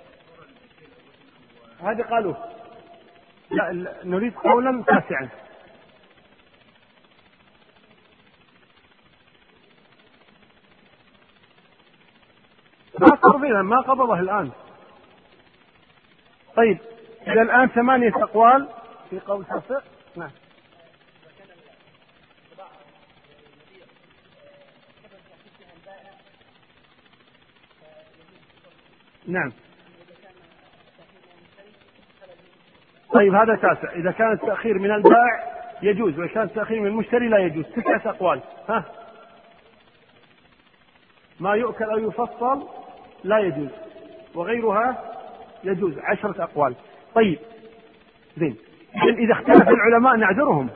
هذه قالوا لا، نريد قولا 9. ما قبضها، ما قبضه الآن. طيب إذا الآن 8 أقوال في قول 9. نعم. نعم. طيب هذا 9. إذا كان التأخير من البائع يجوز، وإذا كان التأخير من المشتري لا يجوز. 9 أقوال. ما يؤكل أو يفصل لا يجوز، وغيرها يجوز. 10 أقوال. طيب زين. إذا اختلف العلماء نعذرهم.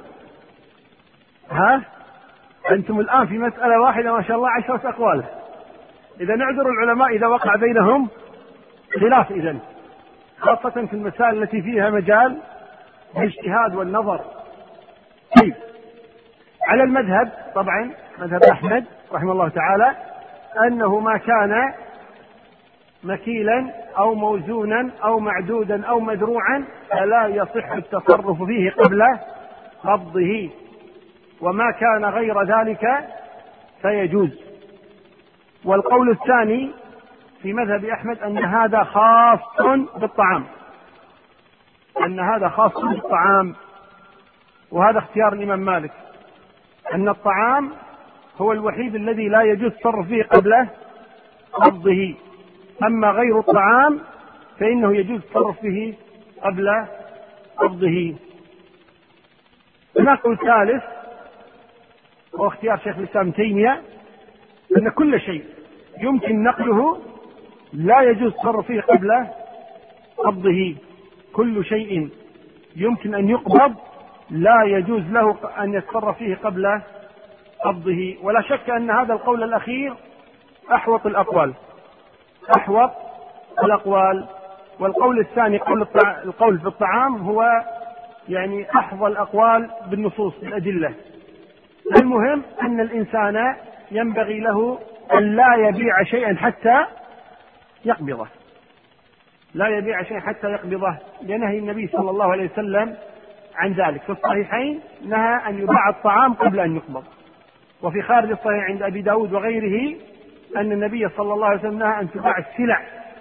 أنتم الآن في مسألة واحدة ما شاء الله 10 أقوال. إذا نعذر العلماء إذا وقع بينهم خلاف، إذن خاصة في المسائل التي فيها مجال الاجتهاد والنظر. طيب على المذهب طبعا مذهب أحمد رحمه الله تعالى أنه ما كان مكيلا أو موزونا أو معدودا أو مدروعا فلا يصح التصرف فيه قبل قبضه، وما كان غير ذلك فيجوز. والقول الثاني في مذهب أحمد أن هذا خاص بالطعام، أن هذا خاص بالطعام، وهذا اختيار الإمام مالك، أن الطعام هو الوحيد الذي لا يجوز التصرف فيه قبل قبضه، أما غير الطعام فإنه يجوز التصرف فيه قبل قبضه. هناك قول ثالث هو اختيار شيخ الإسلام ابن تيمية أن كل شيء يمكن نقله لا يجوز التصرف فيه قبل قبضه. كل شيء يمكن أن يقبض لا يجوز له أن يتصرف فيه قبل قبضه. ولا شك أن هذا القول الأخير أحوط الأقوال، أحوط الأقوال. والقول الثاني القول في الطعام هو يعني أحظى الأقوال بالنصوص بالأدلة. المهم أن الإنسان ينبغي له أن لا يبيع شيئا حتى يقبضه، لا يبيع شيئا حتى يقبضه، لنهي النبي صلى الله عليه وسلم عن ذلك. في الصحيحين نهى أن يباع الطعام قبل أن يقبض، وفي خارج الصحيح عند أبي داود وغيره أن النبي صلى الله عليه وسلم نهى أن تباع السلع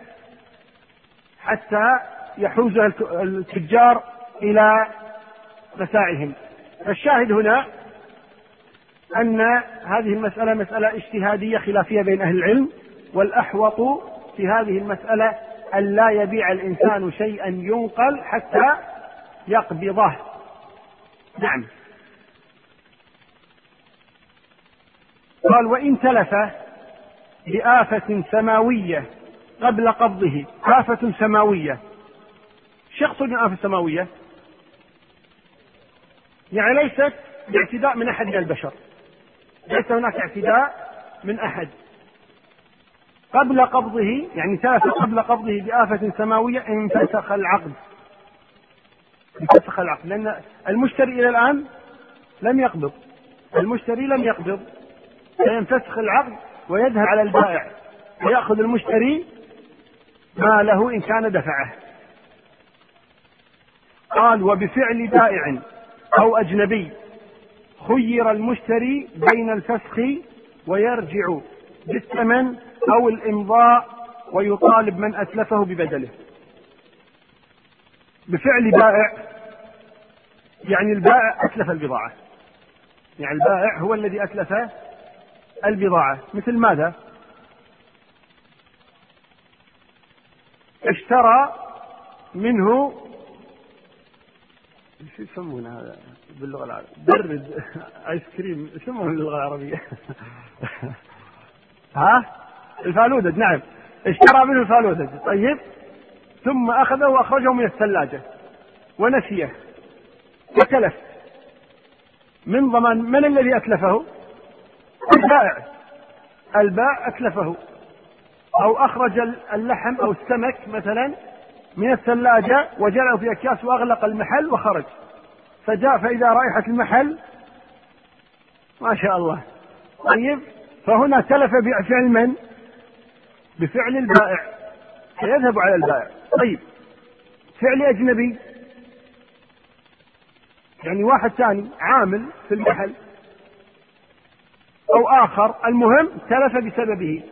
حتى يحوزها التجار إلى مساعهم. فالشاهد هنا أن هذه المسألة مسألة اجتهادية خلافية بين أهل العلم، والأحوط في هذه المسألة أن لا يبيع الإنسان شيئا ينقل حتى يقبضه. نعم. قال وإن تلف بآفة سماوية قبل قبضه. آفة سماوية، شخص من آفة سماوية يعني ليست باعتداء من أحد من البشر، ليس هناك اعتداء من أحد. قبل قبضه يعني تلف قبل قبضه بآفة سماوية انفسخ العقد. انفسخ العقد لأن المشتري إلى الآن لم يقبض، المشتري لم يقبض، فينفسخ العقد ويذهب على البائع ويأخذ المشتري ما له إن كان دفعه. قال وبفعل بائع أو أجنبي خير المشتري بين الفسخ ويرجع بالثمن أو الإمضاء ويطالب من أتلفه ببدله. بفعل بائع يعني البائع أتلف البضاعة، يعني البائع هو الذي أتلف البضاعة. مثل ماذا؟ اشترى منه شو يسمونه هذا باللغة العربية؟ برد آيس كريم، يسمونه باللغة العربية ها؟ الفالودج. نعم، اشترى منه الفالودج. طيب، ثم أخذه وأخرجه من الثلاجة ونسيه وتلف. من ضمان من الذي أتلفه؟ البائع. البائع أتلفه. أو أخرج اللحم أو السمك مثلا من الثلاجة وجعله في أكياس وأغلق المحل وخرج، فجاء فإذا رائحة المحل ما شاء الله. طيب، فهنا تلف بفعل من؟ بفعل البائع، فيذهب على البائع. طيب، فعل أجنبي يعني واحد ثاني عامل في المحل أو آخر، المهم تلف بسببه.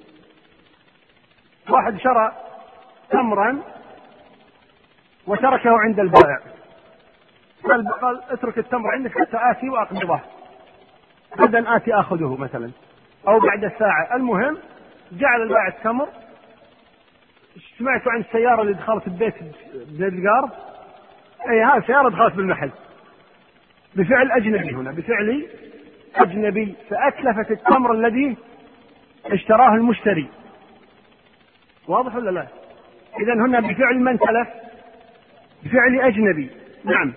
واحد شرى تمرا وتركه عند البائع، قال اترك التمر عندك حتى آتي وأقبضه، غدا آتي أخذه مثلا أو بعد ساعة. المهم جعل البائع التمر. سمعتوا عن السيارة اللي دخلت البيت بالجار؟ أي هذه سيارة دخلت بالمحل بفعل أجنبي. هنا بفعل أجنبي، فأتلفت التمر الذي اشتراه المشتري. واضح ولا لا؟ إذن هنا بفعل من تلف؟ بفعل أجنبي. نعم.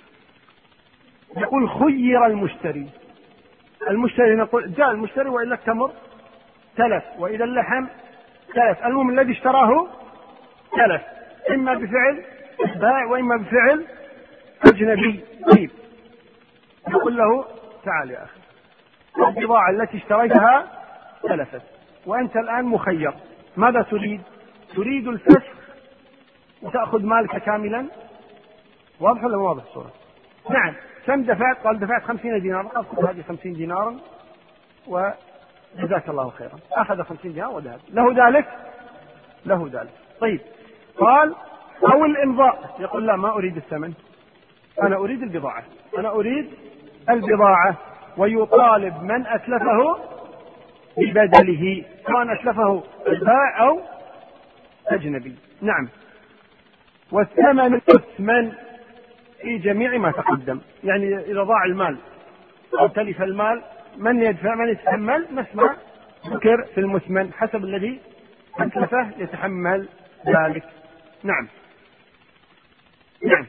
يقول خير المشتري. المشتري نقول جاء المشتري وإلا التمر تلف وإذا اللحم تلف، المهم الذي اشتراه تلف، إما بفعل البائع وإما بفعل أجنبي. طيب، يقول له تعال يا أخي، البضاعة التي اشتريتها تلفت وأنت الآن مخير، ماذا تريد؟ تريد الفسخ وتأخذ مالك كاملا؟ واضح ولا واضح الصورة؟ نعم. كم دفعت؟ قال دفعت 50 دينار. أخذ هذه 50 دينارا وجزاك الله خيرا. أخذ 50 دينار وذهب. له ذلك؟ له ذلك. طيب، قال أو الإمضاء. يقول لا، ما أريد الثمن، أنا أريد البضاعة، أنا أريد البضاعة. ويطالب من أتلفه ببدله، سواء أتلفه البائع أو أجنبي. نعم. والثمن يثمن في جميع ما تقدم. يعني إذا ضاع المال أو تلف المال من يدفع؟ من يتحمل؟ نفس ما ذكر في المثمن، حسب الذي أتلفه يتحمل ذلك. نعم. نعم.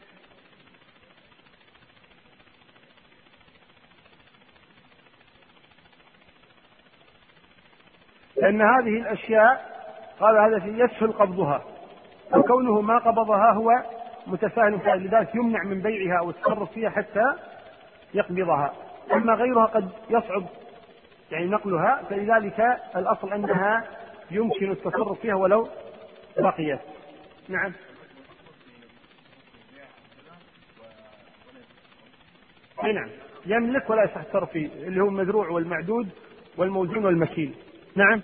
لأن هذه الأشياء قال هذا يسهل قبضها، وكونه ما قبضها هو متساهل فيها، لذلك يمنع من بيعها أو التصرف فيها حتى يقبضها. أما غيرها قد يصعب يعني نقلها، فلذلك الأصل أنها يمكن التصرف فيها ولو بقيت. نعم. نعم، يملك ولا يتصرف فيه، اللي هو المذروع والمعدود والموزون والمكيل. نعم.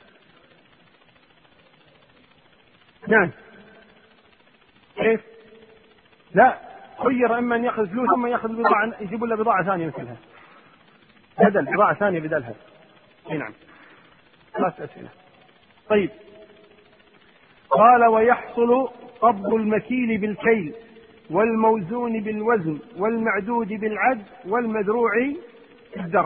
نعم. كيف؟ لا، خير اما ان ياخذ فلوس ثم ياخذ بضاعه، يجيب له بضاعه ثانيه مثلها، بدل بضاعه ثانيه بدلها. نعم. 3 أسئلة. طيب، قال ويحصل قبض المكيل بالكيل والموزون بالوزن والمعدود بالعد والمذروع بالزرع.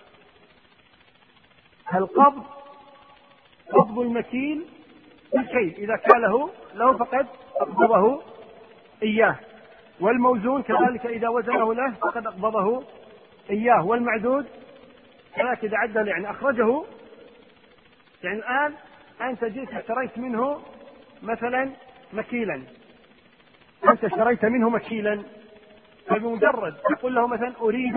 هل قبض المكيل بالكيل إذا كاله له فقد أقبضه إياه، والموزون كذلك إذا وزنه له فقد أقبضه إياه، والمعدود كذلك إذا عدل يعني أخرجه. يعني الآن أنت جئت اشتريت منه مثلا مكيلا، أنت اشتريت منه مكيلا، فبمجرد تقول له مثلا أريد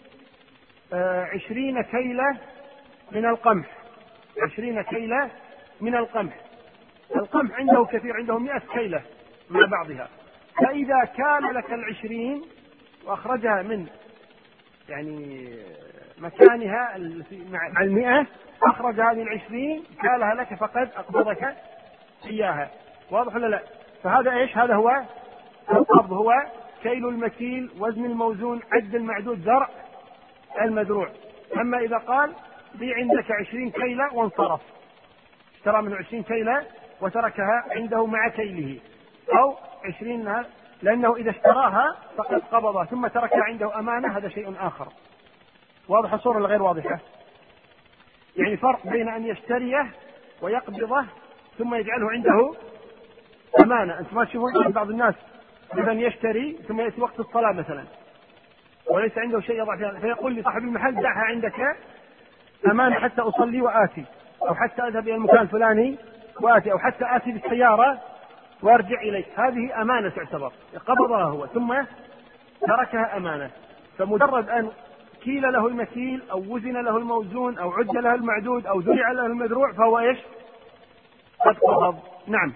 20 كيلة من القمح، 20 كيلة من القمح. القمح عنده كثير، عنده 100 كيلة مع بعضها، فإذا كان لك 20 وأخرجها من يعني مكانها مع 100، أخرج هذه 20 كالها لك فقد أقبضك إياها. واضح ولا لا؟ فهذا إيش؟ هذا هو القبض، هو كيل المكيل، وزن الموزون، عد المعدود، زرع المذروع. أما إذا قال بي عندك 20 كيلة وانصرف، اشترى منه 20 كيلة وتركها عنده مع كيله، أو 20، لأنه إذا اشتراها فقد قبضها ثم تركها عنده أمانة، هذا شيء آخر. واضح الصورة ولا غير واضحة؟ يعني فرق بين أن يشتريه ويقبضه ثم يجعله عنده أمانة. أنت ما تشوفون بعض الناس مثلا يشتري ثم يأتي وقت الصلاة مثلا وليس عنده شيء يضع فيها، فيقول لصاحب المحل دعها عندك أمانة حتى أصلي وآتي، أو حتى أذهب إلى المكان الفلاني وآتي، أو حتى آتي بالسيارة وارجع إليك. هذه أمانة تعتبر، قبضها هو ثم تركها أمانة. فمجرد أن كيل له المكيل أو وزن له الموزون أو عد له المعدود أو زرع له المذروع فهو إيش؟ قد قبض. نعم.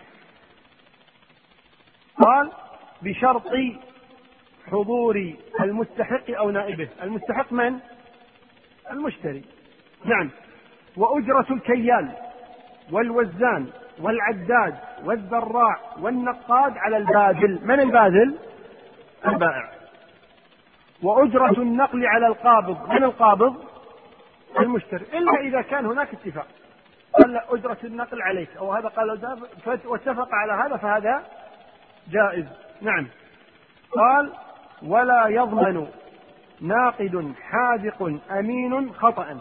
قال بشرط حضور المستحق أو نائبه. المستحق من؟ المشتري. نعم. وأجرة الكيال والوزان والعداد والذراع والنقاد على الباذل. من الباذل؟ البائع. وأجرة النقل على القابض. من القابض؟ المشتري، إلا إذا كان هناك اتفاق، قال لا أجرة النقل عليك، أو هذا قال واتفق على هذا فهذا جائز. نعم. قال ولا يضمن ناقد حاذق أمين خطأ.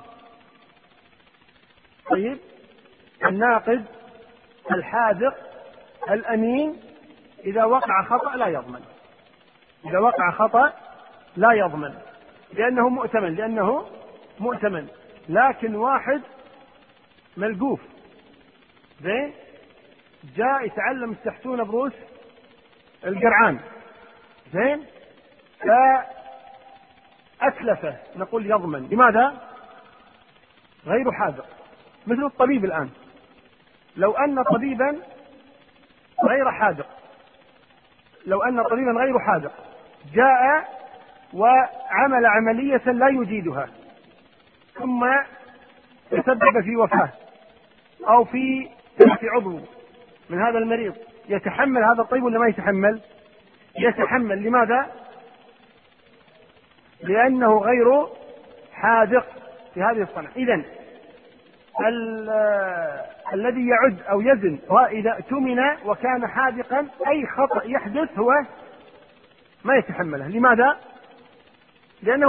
طيب، الناقد الحاذق الأمين إذا وقع خطأ لا يضمن، إذا وقع خطأ لا يضمن، لأنه مؤتمن. لكن واحد ملقوف زين جاء يتعلم التحتون بروس القرعان زين فأتلفه، نقول يضمن. لماذا؟ غير حاذق. مثل الطبيب الآن، لو أن طبيبا غير حاذق جاء وعمل عملية لا يجيدها ثم تسبب في وفاة أو في تلف عضو من هذا المريض، يتحمل هذا الطبيب ولا ما يتحمل؟ يتحمل. لماذا؟ لأنه غير حاذق في هذه الصنعة. إذن الذي يعد أو يزن وإذا اؤتمن وكان حاذقا أي خطأ يحدث هو ما يتحمله. لماذا؟ لأنه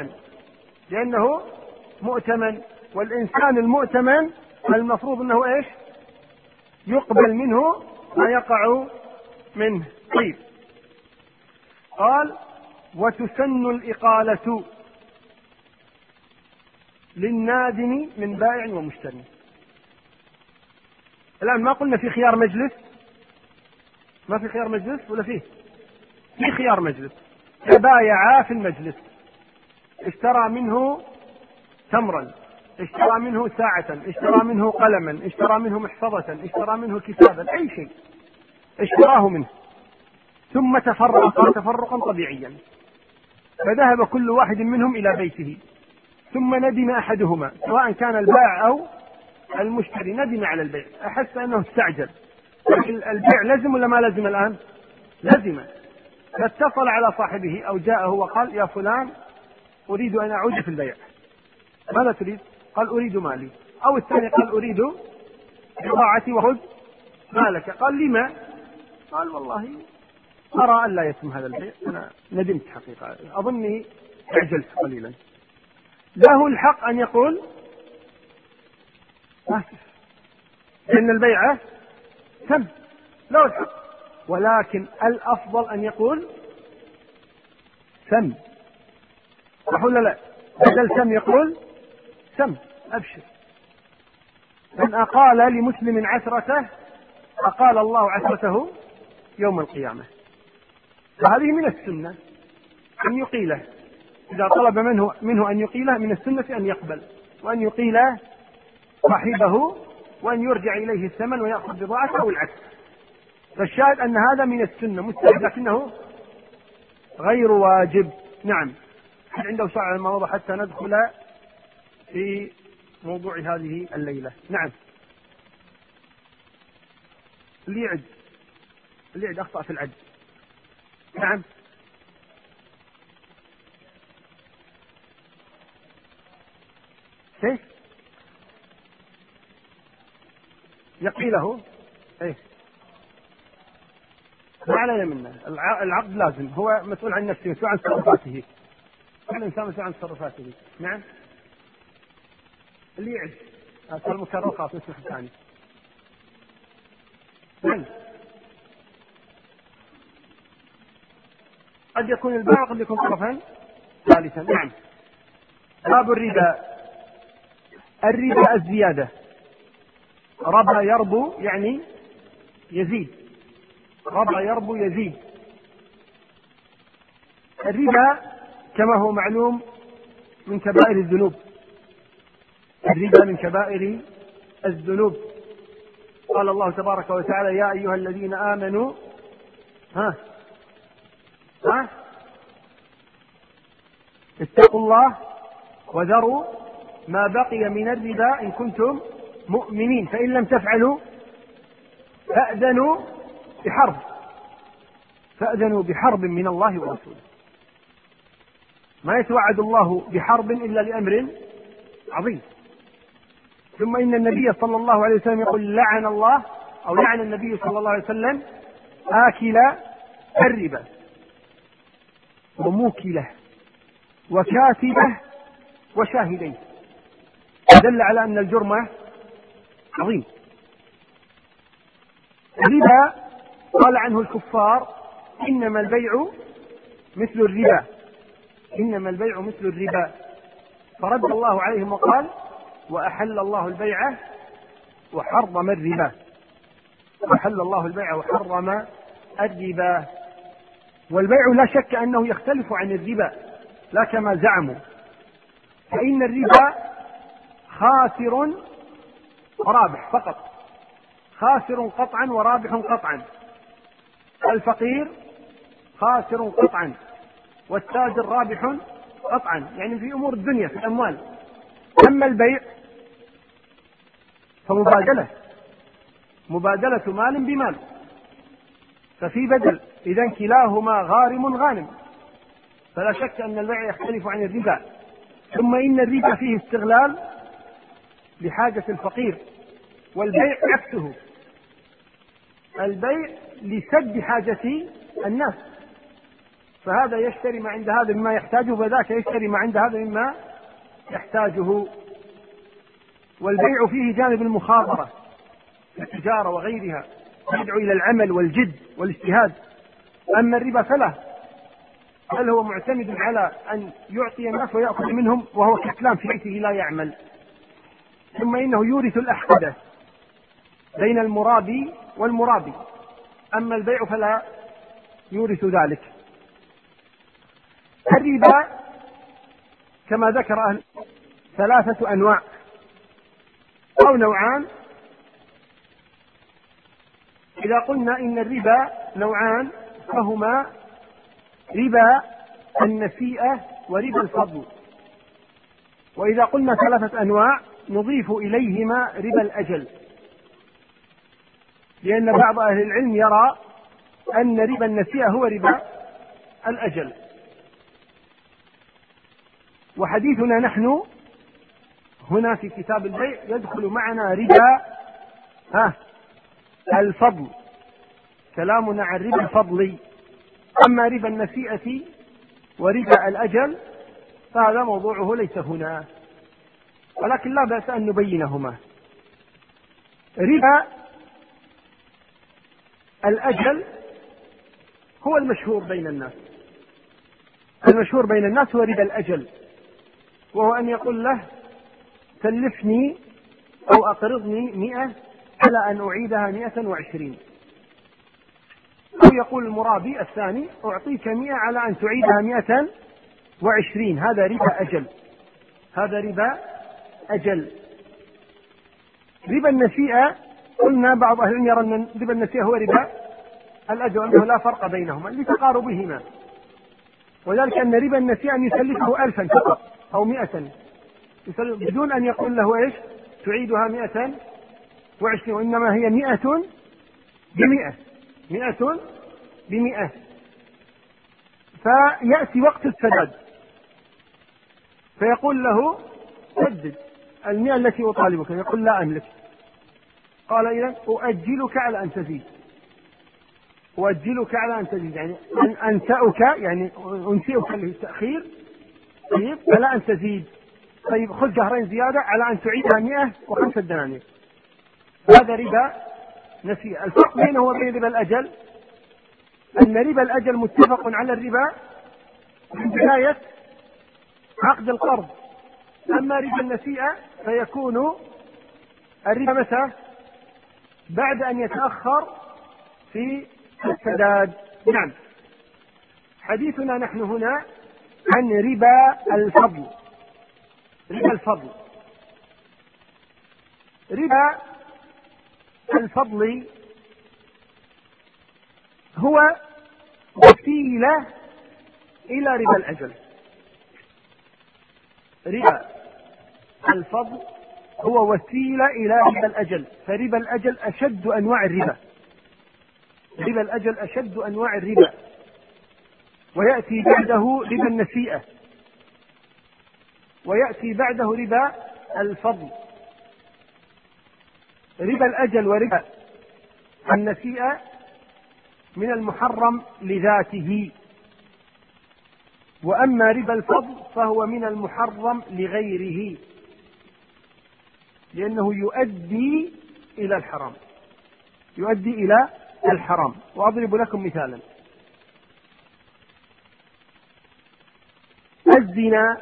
مؤتمن، والإنسان المؤتمن المفروض أنه إيش؟ يقبل منه ما يقع منه. طيب، قال وتسن الإقالة للنادم من بائع ومشتري. الآن ما قلنا في خيار مجلس؟ ما في خيار مجلس ولا فيه؟ في خيار مجلس. تبايعا في المجلس، اشترى منه تمرا، اشترى منه ساعة، اشترى منه قلما، اشترى منه محفظة، اشترى منه كتابا، أي شيء اشتراه منه، ثم تفرقا طبيعيا، فذهب كل واحد منهم إلى بيته، ثم ندم أحدهما سواء كان البائع أو المشتري، ندم على البيع، أحس أنه استعجل، لكن البيع لازم ولا ما لازم الآن؟ لازم. فاتصل على صاحبه أو جاءه وقال يا فلان أريد أن أعود في البيع. ماذا تريد؟ قال أريد مالي. أو الثاني قال أريد بضاعتي وخذ مالك. قال لما؟ قال والله أرى أن لا يتم هذا البيع، أنا ندمت حقيقة، أظني عجلت قليلا. له الحق أن يقول إن البيعة تم، له الحق، ولكن الأفضل أن يقول تم، صح ولا لا؟ بدل تم يقول تم، أبشر. من أقال لمسلم عثرته أقال الله عثرته يوم القيامة. فهذه من السنة أن يقيله، إذا طلب منه أن يقيله من السنة أن يقبل، وأن يقيل صاحبه، وأن يرجع إليه الثمن ويأخذ بضاعته أو العكس. فالشاهد أن هذا من السنة مستحب لكنه غير واجب. نعم. هل عنده سؤال على الموضوع حتى ندخل في موضوع هذه الليلة؟ نعم. اللي يعد أخطأ في العد. نعم. كيف يقيله؟ ايه ما علينا منه، العقد لازم، هو مسؤول عن نفسه، مسؤول عن تصرفاته، كل انسان مسؤول عن تصرفاته. نعم. اللي يعد صار مكرر خاص نسمح الثاني. نعم. قد يكون البائع قد يكون طرفا ثالثا. نعم. باب الربا. الربا الزيادة، ربا يربو يعني يزيد، ربا يربو يزيد. الربا كما هو معلوم من كبائر الذنوب، الربا من كبائر الذنوب. قال الله تبارك وتعالى يا أيها الذين آمنوا اتقوا الله وذروا ما بقي من الربا إن كنتم مؤمنين، فإن لم تفعلوا فأذنوا بحرب من الله ورسوله. ما يتوعد الله بحرب إلا لأمر عظيم. ثم إن النبي صلى الله عليه وسلم يقول لعن الله أو لعن النبي صلى الله عليه وسلم آكل الربا وموكله وكاتبه وشاهديه، دل على أن الجرم عظيم. الربا قال عنه الكفار إنما البيع مثل الربا، إنما البيع مثل الربا، فرد الله عليهم وقال وأحل الله البيع وحرم الربا، وأحل الله البيع وحرم الربا. والبيع لا شك أنه يختلف عن الربا لا كما زعموا، فإن الربا خاسر ورابح فقط، خاسر قطعا ورابح قطعا. الفقير خاسر قطعا والتاجر رابح قطعا، يعني في أمور الدنيا في الأموال. أما البيع فمبادلة مال بمال، ففي بدل، إذن كلاهما غارم غانم، فلا شك أن البيع يختلف عن الربا. ثم إن الربا فيه استغلال لحاجة الفقير والبيع عكسه، البيع لسد حاجة الناس، فهذا يشتري ما عند هذا مما يحتاجه، وذاك يشتري ما عند هذا مما يحتاجه. والبيع فيه جانب المخاطرة في التجارة وغيرها، يدعو إلى العمل والجد والاجتهاد. أما الربا فلا، بل هو معتمد على أن يعطي الناس ويأخذ منهم وهو كسلان في بيته لا يعمل. ثم إنه يورث الأحقدة بين المرابي والمرابي، أما البيع فلا يورث ذلك. الربا كما ذكر أهل 3 أنواع أو نوعان. إذا قلنا إن الربا نوعان فهما ربا النسيئة وربا الفضل. وإذا قلنا 3 أنواع نضيف إليهما ربا الأجل، لأن بعض أهل العلم يرى أن ربا النسيئة هو ربا الأجل. وحديثنا نحن هنا في كتاب البيع يدخل معنا ربا الفضل، كلامنا عن ربا الفضل. أما ربا النسيئة وربا الأجل فهذا موضوعه ليس هنا، ولكن لا بأس أن نبينهما. ربا الأجل هو المشهور بين الناس، المشهور بين الناس هو ربا الأجل، وهو أن يقول له سلفني أو أقرضني 100 على أن أعيدها 120، أو يقول المرابي الثاني أعطيك 100 على أن تعيدها 120. هذا ربا أجل، هذا ربا أجل. ربا النسيئة قلنا بعض أهل العلم يرى أن ربا النسيئة هو ربا الأجل، أنه لا فرق بينهما لتقاربهما، وذلك أن ربا النسيئة أن يسلفه 1000 فقط أو 100 بدون أن يقول له إيش تعيدها 120، وإنما هي 100 ب100، 100 ب100. فيأتي وقت السداد فيقول له سدد 100 التي أطالبك، يقول لا أملك. قال إذن أؤجلك على أن تزيد، أؤجلك على أن تزيد يعني أنسأك، يعني أنسئك للتأخير، طيب فلا أن تزيد، طيب خذ 2 شهرين زيادة على أن تعيدها 105 دنانير. هذا ربا نسيئة. الفرق بينه وبين ربا الأجل أن ربا الأجل متفق على الربا من بداية عقد القرض، أما ربا النسيئة فيكون الربا متى؟ بعد أن يتأخر في السداد. نعم. حديثنا نحن هنا عن ربا الفضل. ربا الفضل، ربا الفضل هو وسيلة إلى ربا الأجل. ربا الفضل هو وسيلة إلى ربا الأجل، فربا الأجل أشد أنواع الربا، ربا الأجل أشد أنواع الربا، ويأتي بعده ربا النسيئة، ويأتي بعده ربا الفضل. ربا الأجل وربا النسيئة من المحرم لذاته، وأما ربا الفضل فهو من المحرم لغيره، لأنه يؤدي إلى الحرام، يؤدي إلى الحرام. وأضرب لكم مثالا: الزنا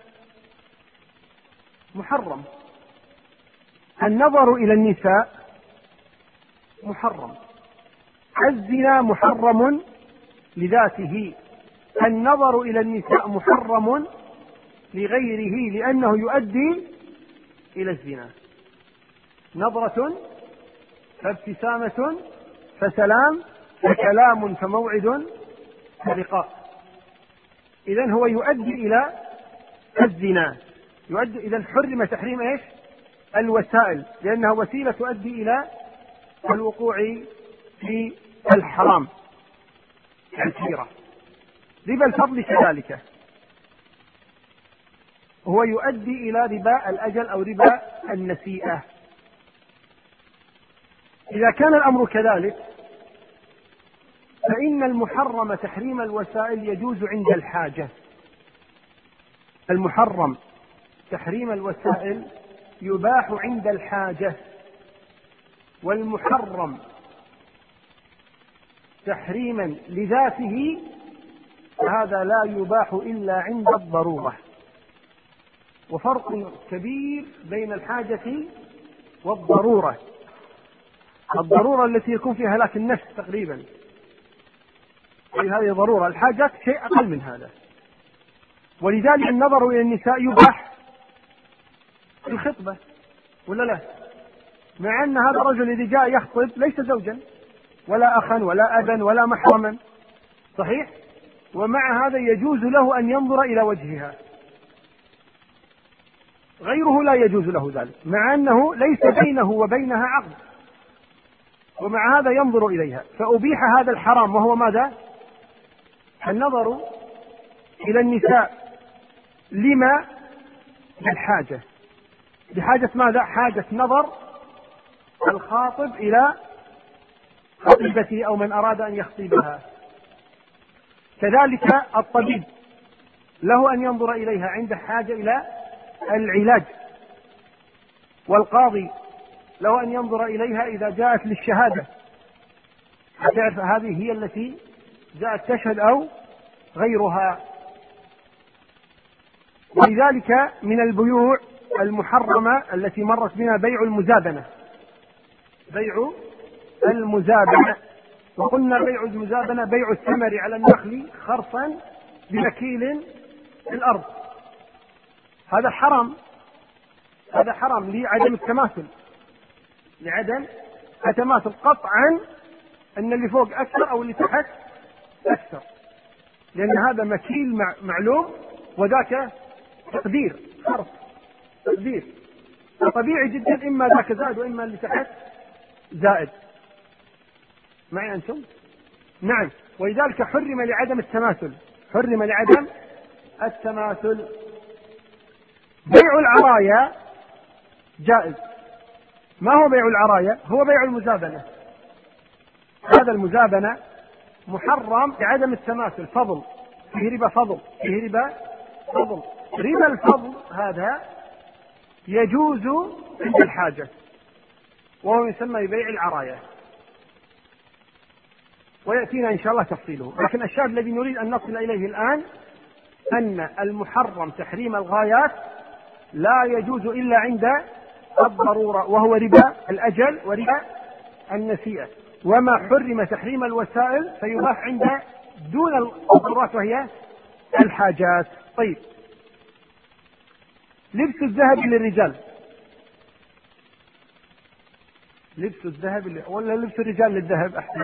محرم، النظر إلى النساء محرم. الزنا محرم لذاته، النظر إلى النساء محرم لغيره، لأنه يؤدي إلى الزنا. نظرة فابتسامة فسلام فكلام فموعد فلقاء. إذن هو يؤدي إلى الزنا، يؤدي. إذن حرم تحريم إيش؟ الوسائل، لأنها وسيلة تؤدي إلى الوقوع في الحرام كثيرة. ربا الفضل كذلك هو يؤدي إلى ربا الأجل أو ربا النسيئة. إذا كان الأمر كذلك فإن المحرم تحريم الوسائل يجوز عند الحاجة. المحرم تحريم الوسائل يباح عند الحاجة، والمحرم تحريما لذاته فهذا لا يباح إلا عند الضرورة. وفرق كبير بين الحاجة والضرورة. الضرورة التي يكون فيها هلاك النفس تقريبا، هذه ضرورة. الحاجات شيء أقل من هذا. ولذلك النظر إلى النساء يباح في الخطبة ولا لا؟ مع أن هذا الرجل الذي جاء يخطب ليس زوجا ولا أخا ولا أبا ولا محرما، صحيح؟ ومع هذا يجوز له أن ينظر إلى وجهها، غيره لا يجوز له ذلك، مع أنه ليس بينه وبينها عقد، ومع هذا ينظر إليها. فأبيح هذا الحرام، وهو ماذا؟ النظر إلى النساء. لما؟ بالحاجة. بحاجة ماذا؟ حاجة نظر الخاطب إلى خطيبته أو من أراد أن يخطبها. كذلك الطبيب له أن ينظر إليها عند حاجة إلى العلاج، والقاضي له أن ينظر إليها إذا جاءت للشهادة، تعرف هذه هي التي جاءت تشهد أو غيرها. ولذلك من البيوع المحرمة التي مرت بنا بيع المزابنة. بيع المزابنة، وقلنا بيع المزابنة بيع الثمر على النخل خرصا بمكيل في الأرض. هذا حرام، هذا حرام لعدم التماثل، لعدم التماثل قطعا أن اللي فوق أكثر أو اللي تحت أكثر، لأن هذا مكيل معلوم وذاك تقدير، خرص تقدير، فطبيعي جدا إما ذاك زائد وإما اللي تحت زائد. معي أنتم؟ نعم. ولذلك حرم لعدم التماثل، حرم لعدم التماثل. بيع العرايا جائز. ما هو بيع العرايا؟ هو بيع المزابنة. هذا المزابنة محرم لعدم التماثل، فضل فيه، ربا فضل فيه، ربا فضل. ربا الفضل هذا يجوز عند الحاجة، وهو يسمى بيع العرايا، ويأتينا إن شاء الله تفصيله. لكن الشاهد الذي نريد أن نصل إليه الآن أن المحرم تحريم الغايات لا يجوز إلا عند الضرورة، وهو ربا الأجل وربا النسيئة. وما حرم تحريم الوسائل فيباح عند دون الضرورات وهي الحاجات. طيب، لبس الذهب للرجال، لبس الذهب ولا لبس الرجال للذهب أحسن؟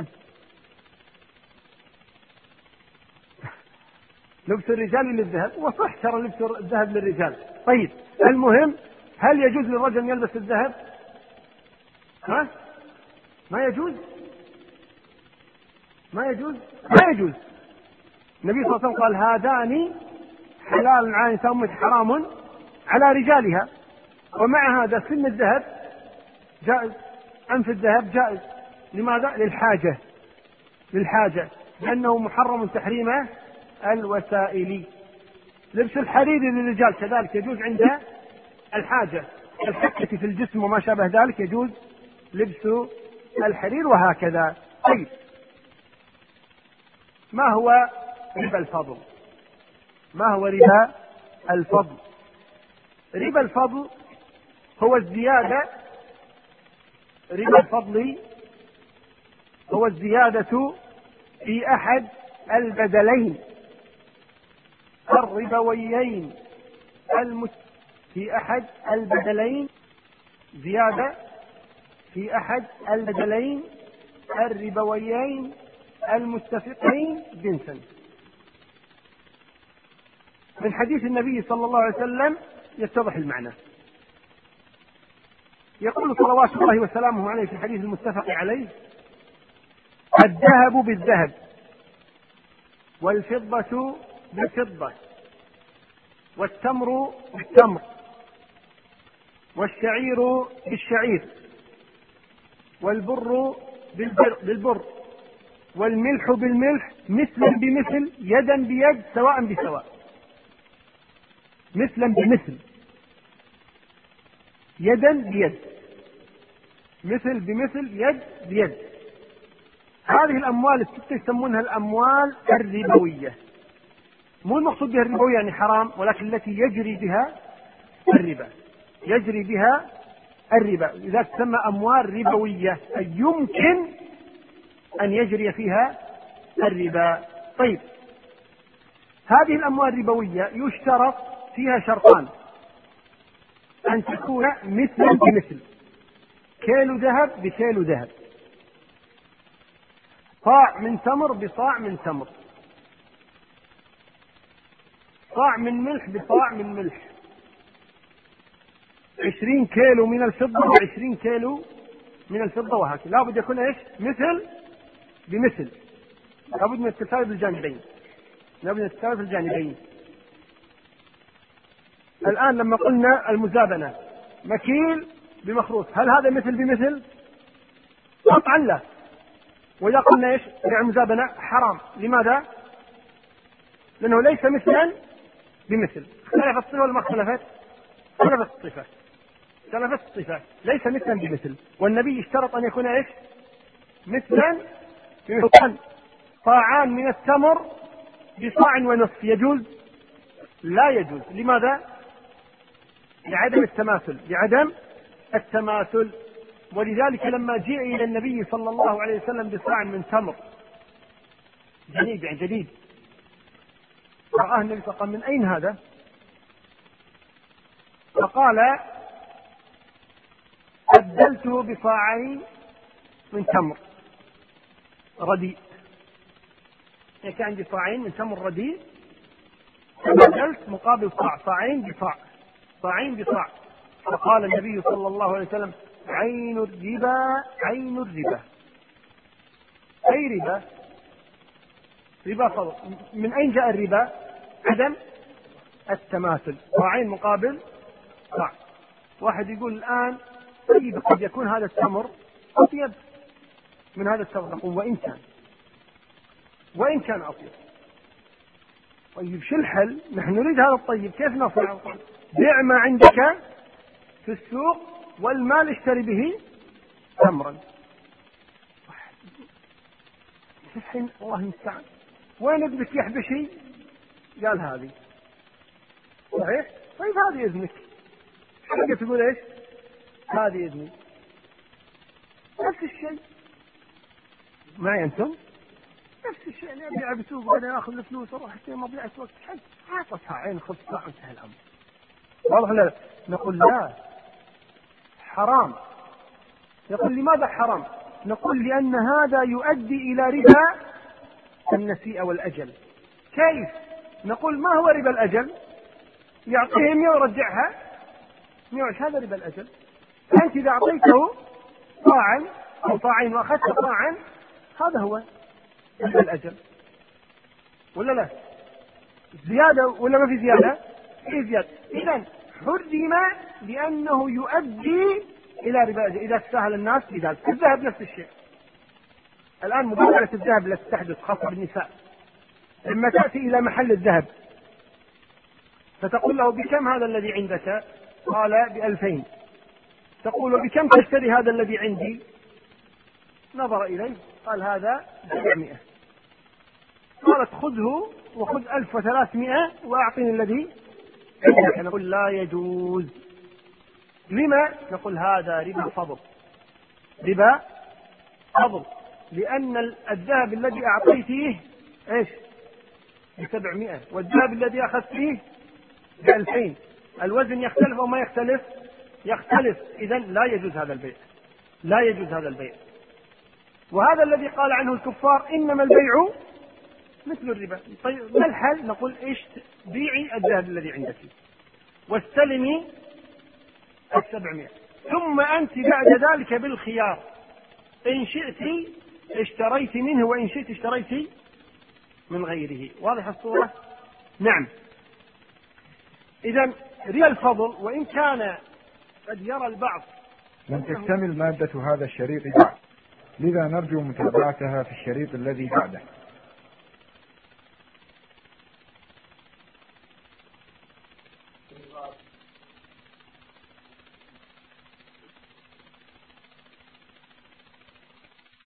لبس الرجال للذهب، وصح ترى لبس الذهب للرجال. طيب، المهم هل يجوز للرجل أن يلبس الذهب؟ ها؟ ما يجوز، ما يجوز، ما يجوز. النبي صلى الله عليه وسلم قال هذان حلال على نساء أمتي حرام على رجالها. ومع هذا سن الذهب جائز، أنف الذهب جائز. لماذا؟ للحاجة، للحاجة، لأنه محرم تحريم الوسائل. لبس الحرير للرجال كذلك يجوز عند الحاجة، الحكة في الجسم وما شابه ذلك يجوز لبس الحرير، وهكذا. طيب، ما هو ربا الفضل؟ ما هو ربا الفضل؟ ربا الفضل هو الزيادة، ربا الفضل هو الزيادة في أحد البدلين الربويين في أحد البدلين، زيادة في أحد البدلين الربويين المتفقين جنسا. من حديث النبي صلى الله عليه وسلم يتضح المعنى. يقول صلوات الله وسلامه عليه في الحديث المتفق عليه: الذهب بالذهب، والفضة بالفضة، والتمر بالتمر، والشعير بالشعير، والبر بالبر والملح بالملح مثلا بمثل يدا بيد سواء بسواء. مثلا بمثل يدا بيد، مثل بمثل يد بيد. هذه الأموال الستة يسمونها الأموال الربوية. مو المقصود بها الربوية يعني حرام، ولكن التي يجري بها الربا، يجري بها الربا، إذا تسمى أموال ربوية أي يمكن أن يجري فيها الربا. طيب، هذه الأموال الربوية يشترط فيها شرطان: أن تكون مثلا بمثل، كيلو ذهب بكيلو ذهب، صاع من تمر بصاع من تمر، صاع من ملح بصاع من ملح، 20 كيلو من الفضة و20 كيلو من الفضة، وهكذا. لابد يكون ايش؟ مثل بمثل، لابد من التساوي بالجانبين، لابد من التساوي في الجانبين. الآن لما قلنا المزابنة مكيل بمخروط، هل هذا مثل بمثل؟ قطعا لا. وإذا قلنا ايش؟ بيع المزابنة حرام، لماذا؟ لأنه ليس مثلا بمثل. اختلفت الصفة ولا ما اختلفت؟ اختلفت الصفة، اختلفت الصفة، ليس مثلا بمثل. والنبي اشترط أن يكون ايش؟ مثلا بمثل. صاعان من التمر بصاع ونصف يجوز؟ لا يجوز. لماذا؟ لعدم التماثل، لعدم التماثل. ولذلك لما جاء إلى النبي صلى الله عليه وسلم بصاع من تمر جديد، يعني جديد، رآه النبي فقال: من أين هذا؟ فقال: أبدلته بصاعين من تمر رديء. يعني كان عندي صاعين من تمر رديء، فبدلت مقابل صاع، صاعين بصاع، صاعين بصاع. فقال النبي صلى الله عليه وسلم: عين الربا، عين الربا. أي ربا؟ ربا فضل. من أين جاء الربا؟ عدم التماثل، صاعين مقابل صاع. واحد يقول الآن: طيب قد يكون هذا التمر أطيب من هذا التمر. نقول: وإن كان أطيب. طيب شو الحل؟ نحن نريد هذا الطيب، كيف نصنع؟ بيع ما عندك في السوق والمال اشتري به تمرا. الحين الله المستعان، وين ابنك يحبشي؟ قال: هذه. صحيح؟ طيب هذه اذنك. حاجة تقول ايش؟ هذه اذني. نفس الشيء معي انتم، نفس الشيء. اللي ابيع بسوق وبعدين اخذ الفلوس واروح اشتري مضيعة وقت، عطى ساعين خذ ساعة وانتهى الامر. واضح ولا لا؟ نقول: لا، حرام. يقول: لماذا حرام؟ نقول: لأن هذا يؤدي إلى ربا النسيئة والأجل. كيف؟ نقول: ما هو ربا الأجل؟ يعطيه 100 ويرجعها 120، هذا ربا الأجل. فأنت إذا أعطيته صاعا أو صاعين وأخذت صاعا، هذا هو ربا الأجل، ولا لا؟ زيادة ولا ما في زيادة؟ في زيادة. إذن حرم لأنه يؤدي إلى ربا. إذا تساهل الناس بذلك. الذهب نفس الشيء. الآن مبادرة الذهب التي تحدث خاصة بالنساء، لما تأتي إلى محل الذهب فتقول له: بكم هذا الذي عندك؟ قال: ب2000. تقول: بكم تشتري هذا الذي عندي؟ نظر إليه قال: هذا 700. قالت: خذه وخذ 1300 وأعطني الذي عندك. نقول: لا يجوز. لما؟ نقول: هذا ربا فضل، ربا فضل، لأن الذهب الذي أعطيته إيش؟ ب700، والذهب الذي أخذت فيه ب2000. الوزن يختلف أو ما يختلف؟ يختلف. إذن لا يجوز هذا البيع، لا يجوز هذا البيع. وهذا الذي قال عنه الكفار: إنما البيع مثل الربا. طيب ما الحل؟ نقول: إيش؟ بيعي الذهب الذي عندك واستلمي 700، ثم أنت بعد ذلك بالخيار، إن شئت اشتريت منه وإن شئت اشتريت من غيره. واضح الصورة؟ نعم. إذن ربا الفضل، وإن كان قد يرى البعض لم تكتمل مادة هذا الشريط بعد، لذا نرجو متابعتها في الشريط الذي بعده.